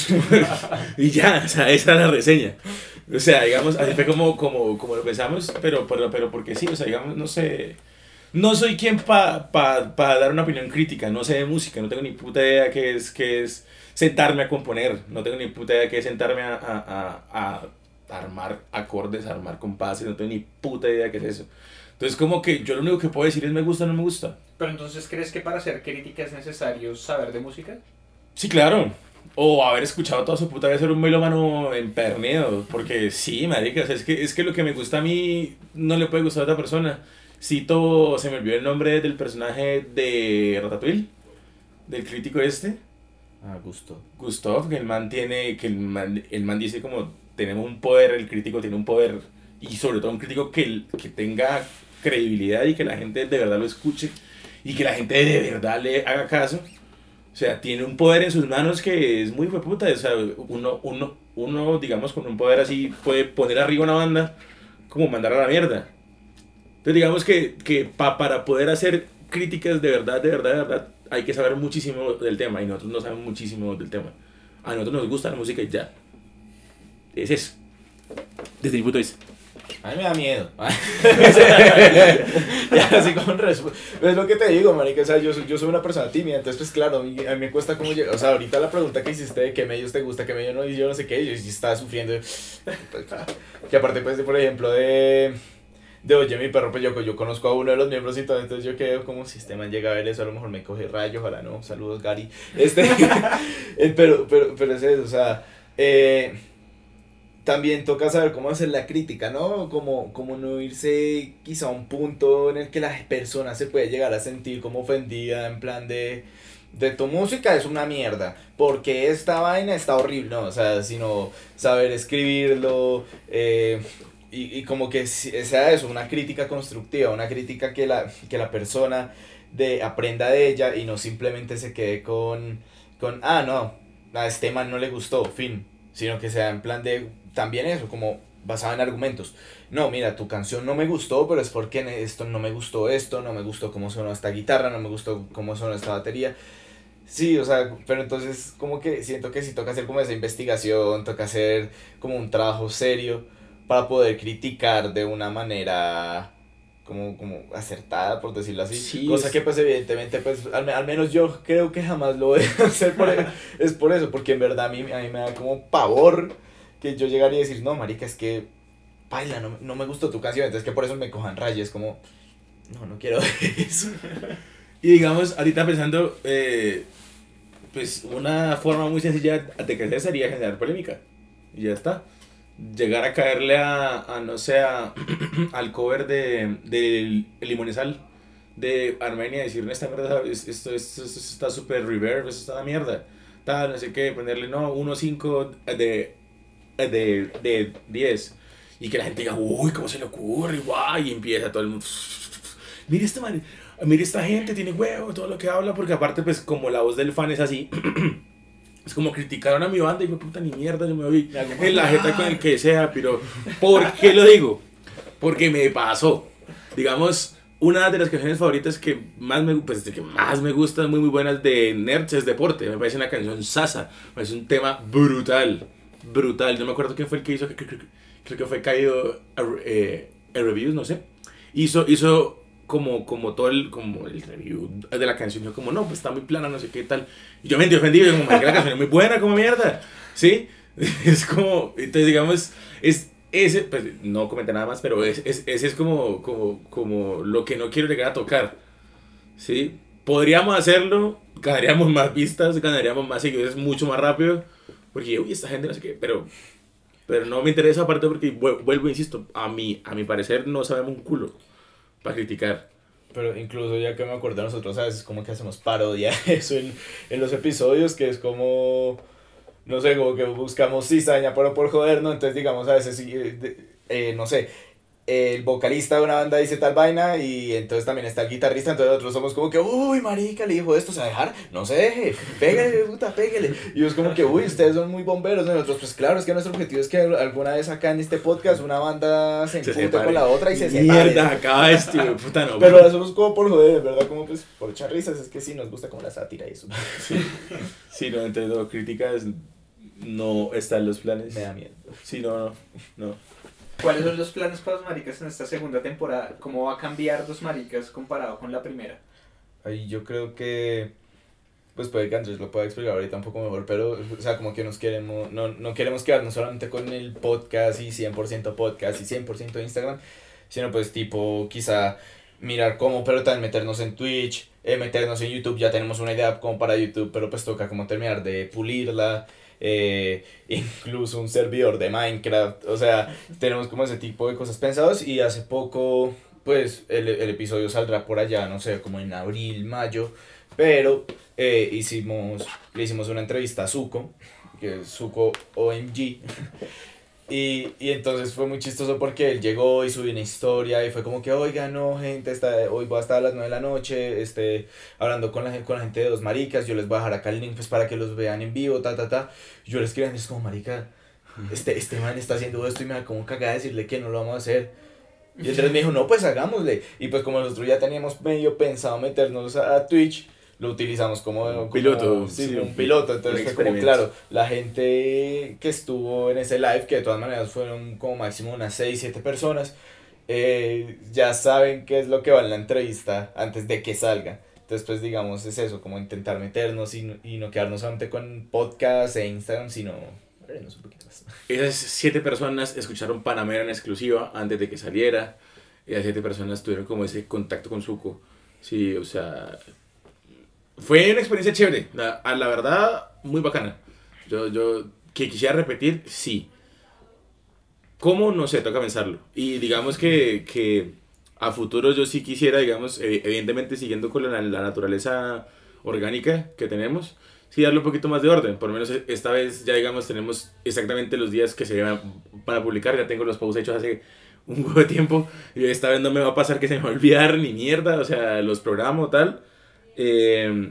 Y ya, o sea, esa era la reseña. O sea, digamos, así fue como, como, como lo pensamos, pero, pero, pero porque sí, o sea, digamos, no sé. No soy quien para pa, pa dar una opinión crítica, no sé de música, no tengo ni puta idea qué es, qué es sentarme a componer, no tengo ni puta idea qué es sentarme a, a, a, a armar acordes, a armar compases, no tengo ni puta idea qué es eso. Entonces como que yo lo único que puedo decir es me gusta o no me gusta. Pero entonces, ¿crees que para hacer crítica es necesario saber de música? Sí, claro. O haber escuchado toda su puta vida ser un melómano empernido, porque sí, maricas, es que, es que lo que me gusta a mí no le puede gustar a otra persona. Cito, se me olvidó el nombre del personaje de Ratatouille, del crítico este. Ah, Gusto. Gustav, que el man tiene, que el man, el man dice como, tenemos un poder, el crítico tiene un poder, y sobre todo un crítico que, que tenga credibilidad y que la gente de verdad lo escuche, y que la gente de verdad le haga caso. O sea, tiene un poder en sus manos que es muy hueputa, o sea, uno, uno, uno, digamos, con un poder así puede poner arriba una banda, como mandar a la mierda. Entonces digamos que, que pa, para poder hacer críticas de verdad, de verdad, de verdad, hay que saber muchísimo del tema y nosotros no sabemos muchísimo del tema. A nosotros nos gusta la música y ya. Es eso. Desde mi punto de vista. A mí me da miedo. Ya, así como respuesta. Es lo que te digo, marica, o sea, yo, yo soy una persona tímida, entonces pues claro, a mí, a mí me cuesta como llegar, o sea, ahorita la pregunta que hiciste de qué medios te gusta, qué medios no, y yo no sé qué, yo sí estaba sufriendo. Que aparte pues, de, por ejemplo, de... De Oye Mi Perro, pues yo, yo conozco a uno de los miembros y todo, entonces yo quedo como si este man llega a ver eso, a lo mejor me coge rayo, ojalá no, saludos Gary. Este, pero, pero, pero es eso, o sea, eh... también toca saber cómo hacer la crítica, ¿no? Como, como no irse quizá a un punto en el que la persona se puede llegar a sentir como ofendida, en plan de, de tu música es una mierda, porque esta vaina está horrible, ¿no? O sea, sino saber escribirlo, eh, y, y como que sea eso, una crítica constructiva, una crítica que la, que la persona de, aprenda de ella y no simplemente se quede con, con ah, no, a este man no le gustó, fin. Sino que sea en plan de, también eso, como basado en argumentos. No, mira, tu canción no me gustó, pero es porque esto no me gustó esto, no me gustó cómo sonó esta guitarra, no me gustó cómo sonó esta batería. Sí, o sea, pero entonces como que siento que sí toca hacer como esa investigación, toca hacer como un trabajo serio para poder criticar de una manera como, como acertada, por decirlo así. Sí, cosa es... que pues evidentemente pues al, al menos yo creo que jamás lo voy a hacer por eso. Es por eso, porque en verdad a mí, a mí me da como pavor que yo llegaría a decir, no marica, es que baila, no, no me gustó tu canción, entonces que por eso me cojan rayas, como no, no quiero eso. Y digamos, ahorita pensando, eh, pues una forma muy sencilla de crecer sería generar polémica, y ya está. Llegar a caerle a, a no sé, a, al cover de, de Limonezal de Armenia, decir, esta mierda, esto, esto, esto, esto está súper reverb, esto está una mierda, tal, no sé qué, ponerle, no, uno cinco de, de, de diez, y que la gente diga, uy, ¿cómo se le ocurre? Guau, y empieza todo el mundo, mire esta man, mire esta gente, tiene huevo, todo lo que habla, porque aparte, pues, como la voz del fan es así, es como criticaron a mi banda y me puta ni mierda, yo me voy en la jeta con el que sea, pero ¿por qué lo digo? Porque me pasó. Digamos, una de las canciones favoritas que más me, pues, que más me gustan, muy muy buenas de Nerds es Deporte. Me parece una canción sasa, me parece un tema brutal, brutal. No me acuerdo quién fue el que hizo, creo que fue Caído eh, Reviews, no sé. Hizo, hizo como, como todo el, como el review de la canción, yo como, no, pues está muy plana, no sé qué tal, y yo me sentí ofendido, yo como, que la canción es muy buena, como mierda, ¿sí? Es como, entonces digamos, es ese, pues no comenté nada más, pero es, es, ese es como, como, como lo que no quiero llegar a tocar, ¿sí? Podríamos hacerlo, ganaríamos más vistas, ganaríamos más seguidores mucho más rápido, porque, uy, esta gente no sé qué, pero, pero no me interesa aparte porque, vuelvo, insisto, a mí, a mi parecer no sabemos un culo para criticar. Pero incluso ya que me acuerdo nosotros a veces como que hacemos parodia eso en, en los episodios, que es como, no sé, como que buscamos cizaña pero por joder, ¿no? Entonces digamos a veces, eh, eh, no sé, el vocalista de una banda dice tal vaina y entonces también está el guitarrista, entonces nosotros somos como que, uy, marica, le dijo esto, ¿se va a dejar? No se deje, pégale, puta, pégale. Y es como que, uy, ustedes son muy bomberos, nosotros, pues claro, es que nuestro objetivo es que alguna vez acá en este podcast una banda se empute con la otra y se separe. Mierda, acaba este, puta no. Pero lo hacemos como por joder, ¿verdad? Como pues por echar risas, es que sí, nos gusta como la sátira y eso. Sí, sí, no, entre dos críticas no están los planes. Me da miedo. Sí, no, no, no. ¿Cuáles son los planes para Dos Maricas en esta segunda temporada? ¿Cómo va a cambiar Dos Maricas comparado con la primera? Ay, yo creo que, pues puede que Andrés lo pueda explicar ahorita un poco mejor, pero, o sea, como que nos queremos, no, no queremos quedarnos solamente con el podcast y cien por ciento podcast y cien por ciento Instagram, sino pues tipo, quizá mirar cómo, pero también meternos en Twitch, eh, meternos en YouTube, ya tenemos una idea como para YouTube, pero pues toca como terminar de pulirla. Eh, incluso un servidor de Minecraft, o sea, tenemos como ese tipo de cosas pensados y hace poco, pues, el, el episodio saldrá por allá, no sé, como en abril, mayo, pero eh, hicimos, le hicimos una entrevista a Zuko, que es Zuko O M G, y, y entonces fue muy chistoso porque él llegó y subió una historia y fue como que, oiga, no, gente, está, hoy voy a estar a las nueve de la noche, este, hablando con la, con la gente de Dos Maricas, yo les voy a dejar acá el link pues para que los vean en vivo, ta, ta, ta. Yo les escribí, es como, marica, este, este man está haciendo esto y me da como cagada decirle que no lo vamos a hacer. Y entonces me dijo, no, pues hagámosle. Y pues como nosotros ya teníamos medio pensado meternos a, a Twitch, lo utilizamos como, como piloto, sí, sí, un piloto, entonces un fue como, experimento. claro, la gente que estuvo en ese live, que de todas maneras fueron como máximo unas seis, siete personas, eh, ya saben qué es lo que va en la entrevista antes de que salga. Entonces, pues, digamos, es eso, como intentar meternos y no, y no quedarnos solamente con podcast e Instagram, sino abrirnos un poquito más. Esas siete personas escucharon Panamera en exclusiva antes de que saliera. Esas siete personas tuvieron como ese contacto con Zuko. Sí, o sea, fue una experiencia chévere. La, a la verdad, muy bacana. Yo, yo, que quisiera repetir, sí. ¿Cómo? No sé, toca pensarlo. Y digamos que, que a futuro yo sí quisiera, digamos, eh, evidentemente siguiendo con la, la naturaleza orgánica que tenemos, sí darle un poquito más de orden. Por lo menos esta vez ya, digamos, tenemos exactamente los días que se van para publicar. Ya tengo los posts hechos hace un huevo de tiempo. Y esta vez no me va a pasar que se me va a olvidar ni mierda. O sea, los programo tal. Eh,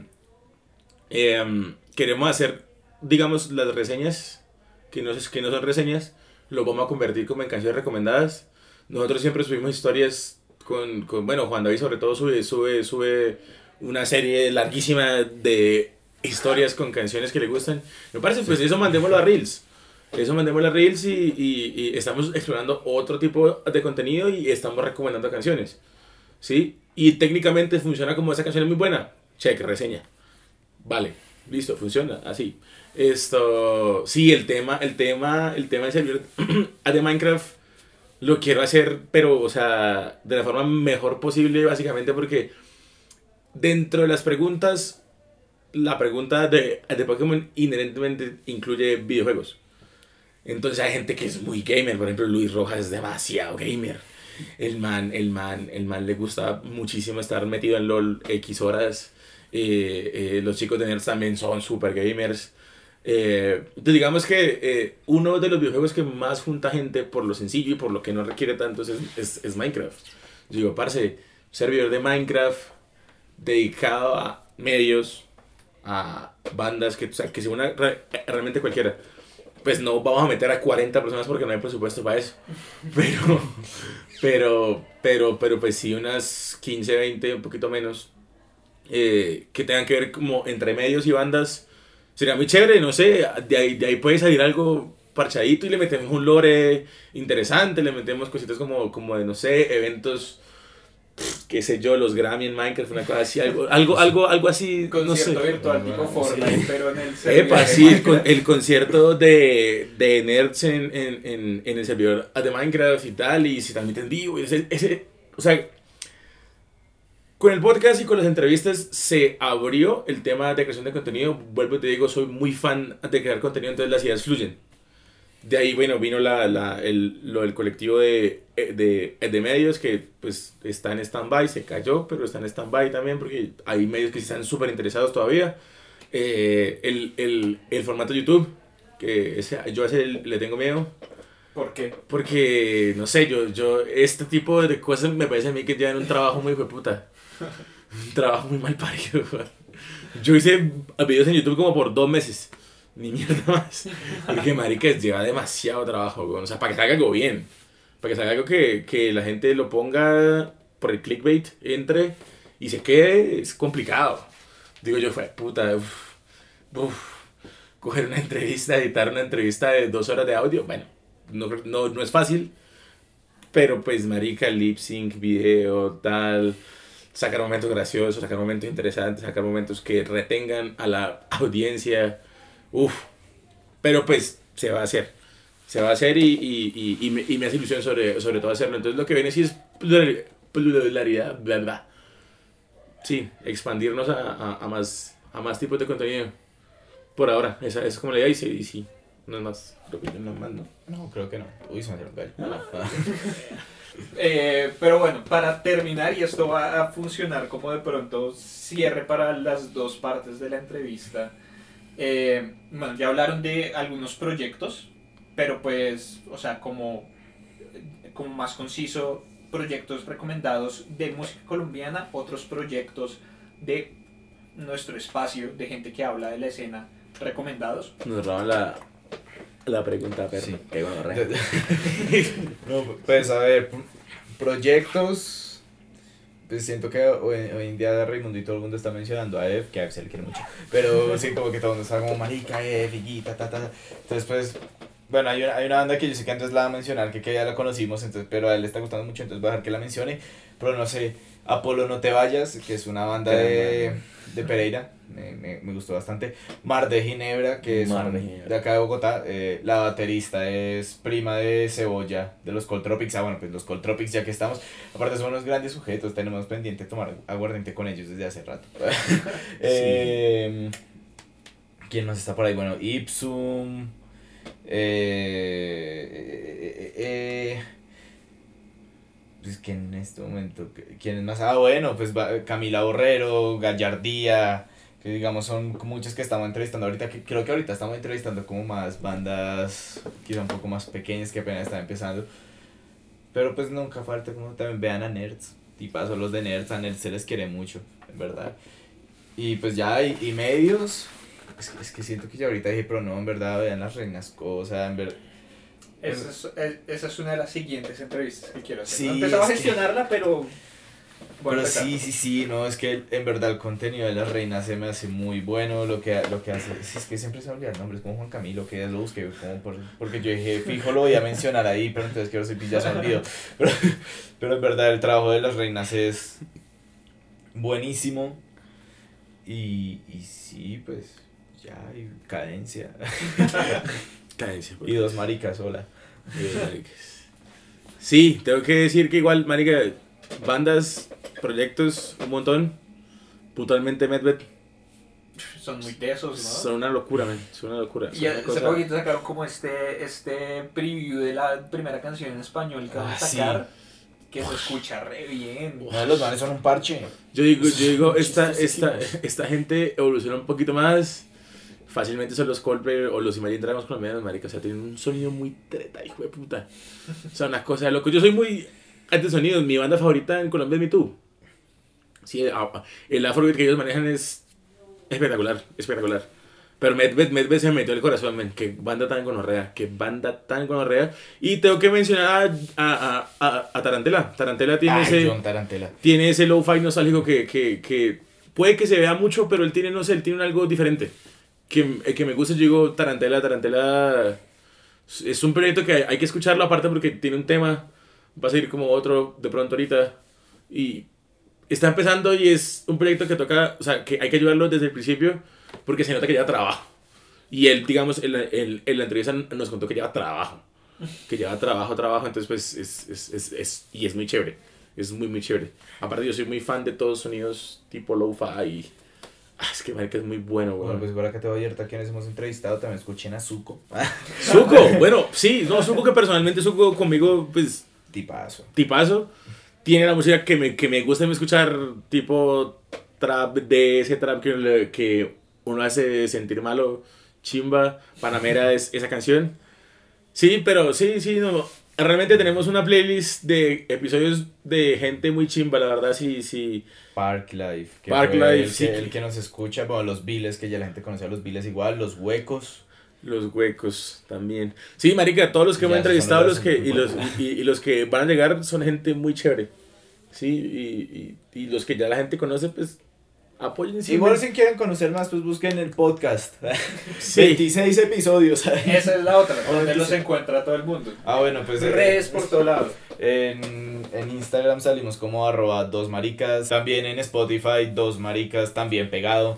eh, queremos hacer, digamos, las reseñas que no, que no son reseñas. Lo vamos a convertir como en canciones recomendadas. Nosotros siempre subimos historias con, con bueno, Juan David sobre todo sube, sube, sube una serie larguísima de historias con canciones que le gustan. Me parece, pues eso mandémoslo a Reels. Eso mandémoslo a Reels y, y, y estamos explorando otro tipo de contenido y estamos recomendando canciones. ¿Sí? Y técnicamente funciona como esa canción es muy buena. Check, reseña. Vale, listo, funciona, así. Esto, sí, el tema, el tema, el tema del servidor de Minecraft lo quiero hacer, pero, o sea, de la forma mejor posible, básicamente porque dentro de las preguntas, la pregunta de, de Pokémon inherentemente incluye videojuegos. Entonces hay gente que es muy gamer, por ejemplo, Luis Rojas es demasiado gamer. El man, el man, el man le gusta muchísimo estar metido en LOL X horas. Eh, eh, los chicos de Nerds también son super gamers. Eh, entonces digamos que eh, uno de los videojuegos que más junta gente por lo sencillo y por lo que no requiere tanto es, es, es Minecraft. Yo digo, parce, servidor de Minecraft dedicado a medios, a bandas, que, o sea, que se una re, realmente cualquiera. Pues no vamos a meter a cuarenta personas porque no hay presupuesto para eso. Pero, pero, pero, pero pues sí unas quince, veinte, un poquito menos. Eh, que tengan que ver como entre medios y bandas. Sería muy chévere, no sé, de ahí, de ahí puede salir algo parchadito y le metemos un lore interesante, le metemos cositas como, como de, no sé, eventos, qué sé yo, los Grammy en Minecraft, una cosa así, algo, algo, algo, algo así, concierto no sé. virtual tipo Fortnite, Sí. pero en el servidor Epa, de sí, el, Minecraft. con- el concierto de, de Nerds en, en, en, en el servidor de Minecraft y tal, y se transmite en vivo, y ese, ese, o sea, con el podcast y con las entrevistas se abrió el tema de creación de contenido. Vuelvo y te digo, soy muy fan de crear contenido, entonces las ideas fluyen. De ahí, bueno, vino la, la, el, lo del colectivo de, de, de medios que pues está en stand-by, se cayó, pero está en stand-by también porque hay medios que sí están súper interesados todavía. Eh, el, el, el formato YouTube, que ese, yo a ese le tengo miedo. ¿Por qué? Porque, no sé, yo, yo, este tipo de cosas me parece a mí que llevan un trabajo muy hijo de puta. Un trabajo muy mal parido. Yo hice videos en YouTube como por dos meses. Ni mierda más. Porque, marica, lleva demasiado trabajo. O sea, para que salga algo bien. Para que salga algo que, que la gente lo ponga por el clickbait, entre y se quede, es complicado. Digo yo, fue puta, uf, uf, coger una entrevista, editar una entrevista de dos horas de audio. Bueno, no, no, no es fácil. Pero pues, marica, lip sync, video, tal. Sacar momentos graciosos, sacar momentos interesantes, sacar momentos que retengan a la audiencia. Uf. Pero pues se va a hacer. Se va a hacer y, y, y, y, me, y me hace ilusión sobre, sobre todo hacerlo. Entonces lo que viene sí es pluralidad, pluralidad, bla, bla. Sí, expandirnos a, a, a, más, a más tipos de contenido. Por ahora, esa, esa es como la idea y sí, y sí. No es más, creo que no es más, ¿no? No, creo que no. Uy, se me dio un gallo. Eh, pero bueno, para terminar, y esto va a funcionar como de pronto cierre para las dos partes de la entrevista. Eh, bueno, ya hablaron de algunos proyectos, pero pues, o sea, como, como más conciso, proyectos recomendados de música colombiana, otros proyectos de nuestro espacio, de gente que habla de la escena, recomendados. Nos roban la, la pregunta, pero Sí. qué bueno, re. No, pues a ver, proyectos. pues siento que hoy, hoy en día Raimundo y todo el mundo está mencionando a Ef, que a Ef se le quiere mucho, pero sí, como que todo el mundo está como marica, Ef, y ta, ta, ta. Entonces, pues, bueno, hay una, hay una banda que yo sé que antes la va a mencionar, que, que ya la conocimos, entonces, pero a él le está gustando mucho, entonces voy a dejar que la mencione, pero no sé, Apolo No Te Vayas, que es una banda de, de Pereira, me, me, me gustó bastante. Mar de Ginebra, que es Mar de un- Ginebra. de acá de Bogotá, eh, la baterista es prima de Cebolla, de los Coltropics, ah bueno, pues los Coltropics ya que estamos, aparte son unos grandes sujetos, tenemos pendiente tomar aguardiente con ellos desde hace rato. eh, ¿Quién más está por ahí? Bueno, Ipsum, eh, eh, eh, eh, pues que en este momento, ¿quién es más? Ah, bueno, pues va- Camila Borrero, Gallardía, que digamos son muchas que estamos entrevistando ahorita, que creo que ahorita estamos entrevistando como más bandas, quizá un poco más pequeñas que apenas están empezando, pero pues nunca falta como también vean a Nerds, tipazo los de Nerds, a Nerds se les quiere mucho, en verdad, y pues ya, y, y medios, es que, es que siento que ya ahorita dije, pero no, en verdad, vean las reinas cosas, en verdad. Esa es, es- esa es una de las siguientes entrevistas que quiero hacer. Sí, no empezaba a es que- gestionarla, pero... Bueno, empezar. sí, sí, sí, no, es que en verdad el contenido de las reinas se me hace muy bueno, lo que, lo que hace, sí, es que siempre se me olvida el nombre, es como Juan Camilo, que lo busqué, como por, porque yo dije, fijo lo voy a mencionar ahí, pero entonces quiero si ya se me olvidó, pero, pero en verdad el trabajo de las reinas es buenísimo, y, y sí, pues, ya, y cadencia, Cadencia. y dos maricas, hola. Eh, maricas. Sí, tengo que decir que igual, marica, bandas, proyectos, un montón. Puntualmente Medved Son muy tesos, ¿no? son una locura, man. Son una locura. Son Y una hace cosa- poquito sacaron como este, este preview de la primera canción en español que van a Ah, sí. sacar, que se escucha re bien. No, los manes son un parche. Yo digo, yo digo esta, esta, Chistosísimos. esta gente evoluciona un poquito más. Fácilmente son los Coldplay o los Imagine Dragons colombianos, marica. O sea, tienen un sonido muy treta, hijo de puta. O sea, una cosa de loco. Yo soy muy anti sonidos. Mi banda favorita en Colombia es Me Too. Sí, a- a- el afrobeat que ellos manejan es espectacular, espectacular. Pero Medved, Medved se me metió el corazón, men. Qué banda tan gonorrea, qué banda tan gonorrea. Y tengo que mencionar a, a, a, a Tarantela. Tarantela tiene Ay, ese... John Tarantela. tiene ese lo-fi nostálgico que, que, que puede que se vea mucho, pero él tiene, no sé, él tiene algo diferente. Que, eh, que me gusta, yo digo, Tarantela, Tarantela es un proyecto que hay, hay que escucharlo aparte porque tiene un tema, va a salir como otro de pronto ahorita. Y está empezando y es un proyecto que toca, o sea, que hay que ayudarlo desde el principio porque se nota que lleva trabajo. Y él, digamos, en la, en, en la entrevista nos contó que lleva trabajo. Que lleva trabajo, trabajo, entonces pues es, es, es, es, y es muy chévere. Es muy, muy chévere. Aparte yo soy muy fan de todos los sonidos tipo lo-fi y... Ah, es que marica es muy bueno, Bueno, weón. pues igual que te voy a a quienes hemos entrevistado, también escuchen a Zuko. Zuko, bueno, sí, no, Zuko que personalmente Zuko conmigo, pues, Tipazo. tipazo. Tiene la música que me, que me gusta escuchar, tipo trap, de ese trap que, le- que uno hace sentir malo, chimba, Panamera es esa canción. Sí, pero sí, sí, no. Realmente tenemos una playlist de episodios de gente muy chimba, la verdad, sí, sí. Park Life. Que Park fue Life, el, sí. que, el que nos escucha, bueno, los Viles, que ya la gente conoce a los Viles igual, los Huecos. Los huecos también. Sí, marica, todos los que Ya, hemos esos son entrevistado los los que, y, los, asuntos. y, y los que van a llegar son gente muy chévere. Sí, y, y, y los que ya la gente conoce, pues, apoyen. Igual si quieren conocer más, pues busquen el podcast. Sí. veintiséis episodios. Esa es la otra, donde Ahora los sí. encuentra todo el mundo. Ah, bueno, pues... eh, Redes por todos lados. En, en Instagram salimos como arroba dos maricas. También en Spotify, dos maricas, también pegado.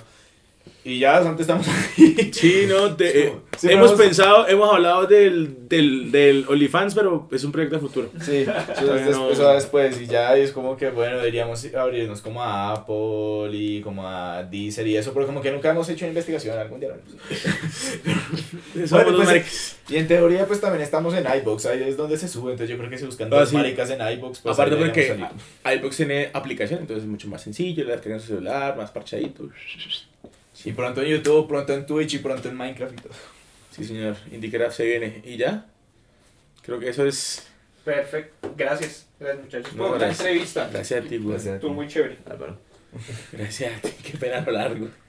Y ya, antes estamos ahí. Sí, no, te- eh, Sí, hemos vamos- pensado, hemos hablado del, del, del OnlyFans, pero es un proyecto de futuro. Sí, eso, es Todavía des- no- eso va después. Y ya es como que, bueno, deberíamos abrirnos como a Apple y como a Deezer y eso, pero como que nunca hemos hecho una investigación. Algún día lo haremos. Somos Bueno, dos pues, maricas. Y en teoría, pues también estamos en iVoox, ahí es donde se sube. Entonces yo creo que si buscan Ah, dos sí. maricas en iVoox, pues Aparte ahí porque deberíamos salir. iVoox tiene aplicación, entonces es mucho más sencillo, la descargan en su celular, más parchadito. Y pronto en YouTube, pronto en Twitch y pronto en Minecraft y todo. Sí, señor, Indiecraft se viene. ¿Y ya? Creo que eso es... Perfecto. Gracias. Gracias, muchachos. No, por la gracias. entrevista. Gracias a ti, güey. Gracias a ti. Estuvo muy chévere. Álvaro. Gracias a ti, qué pena lo largo.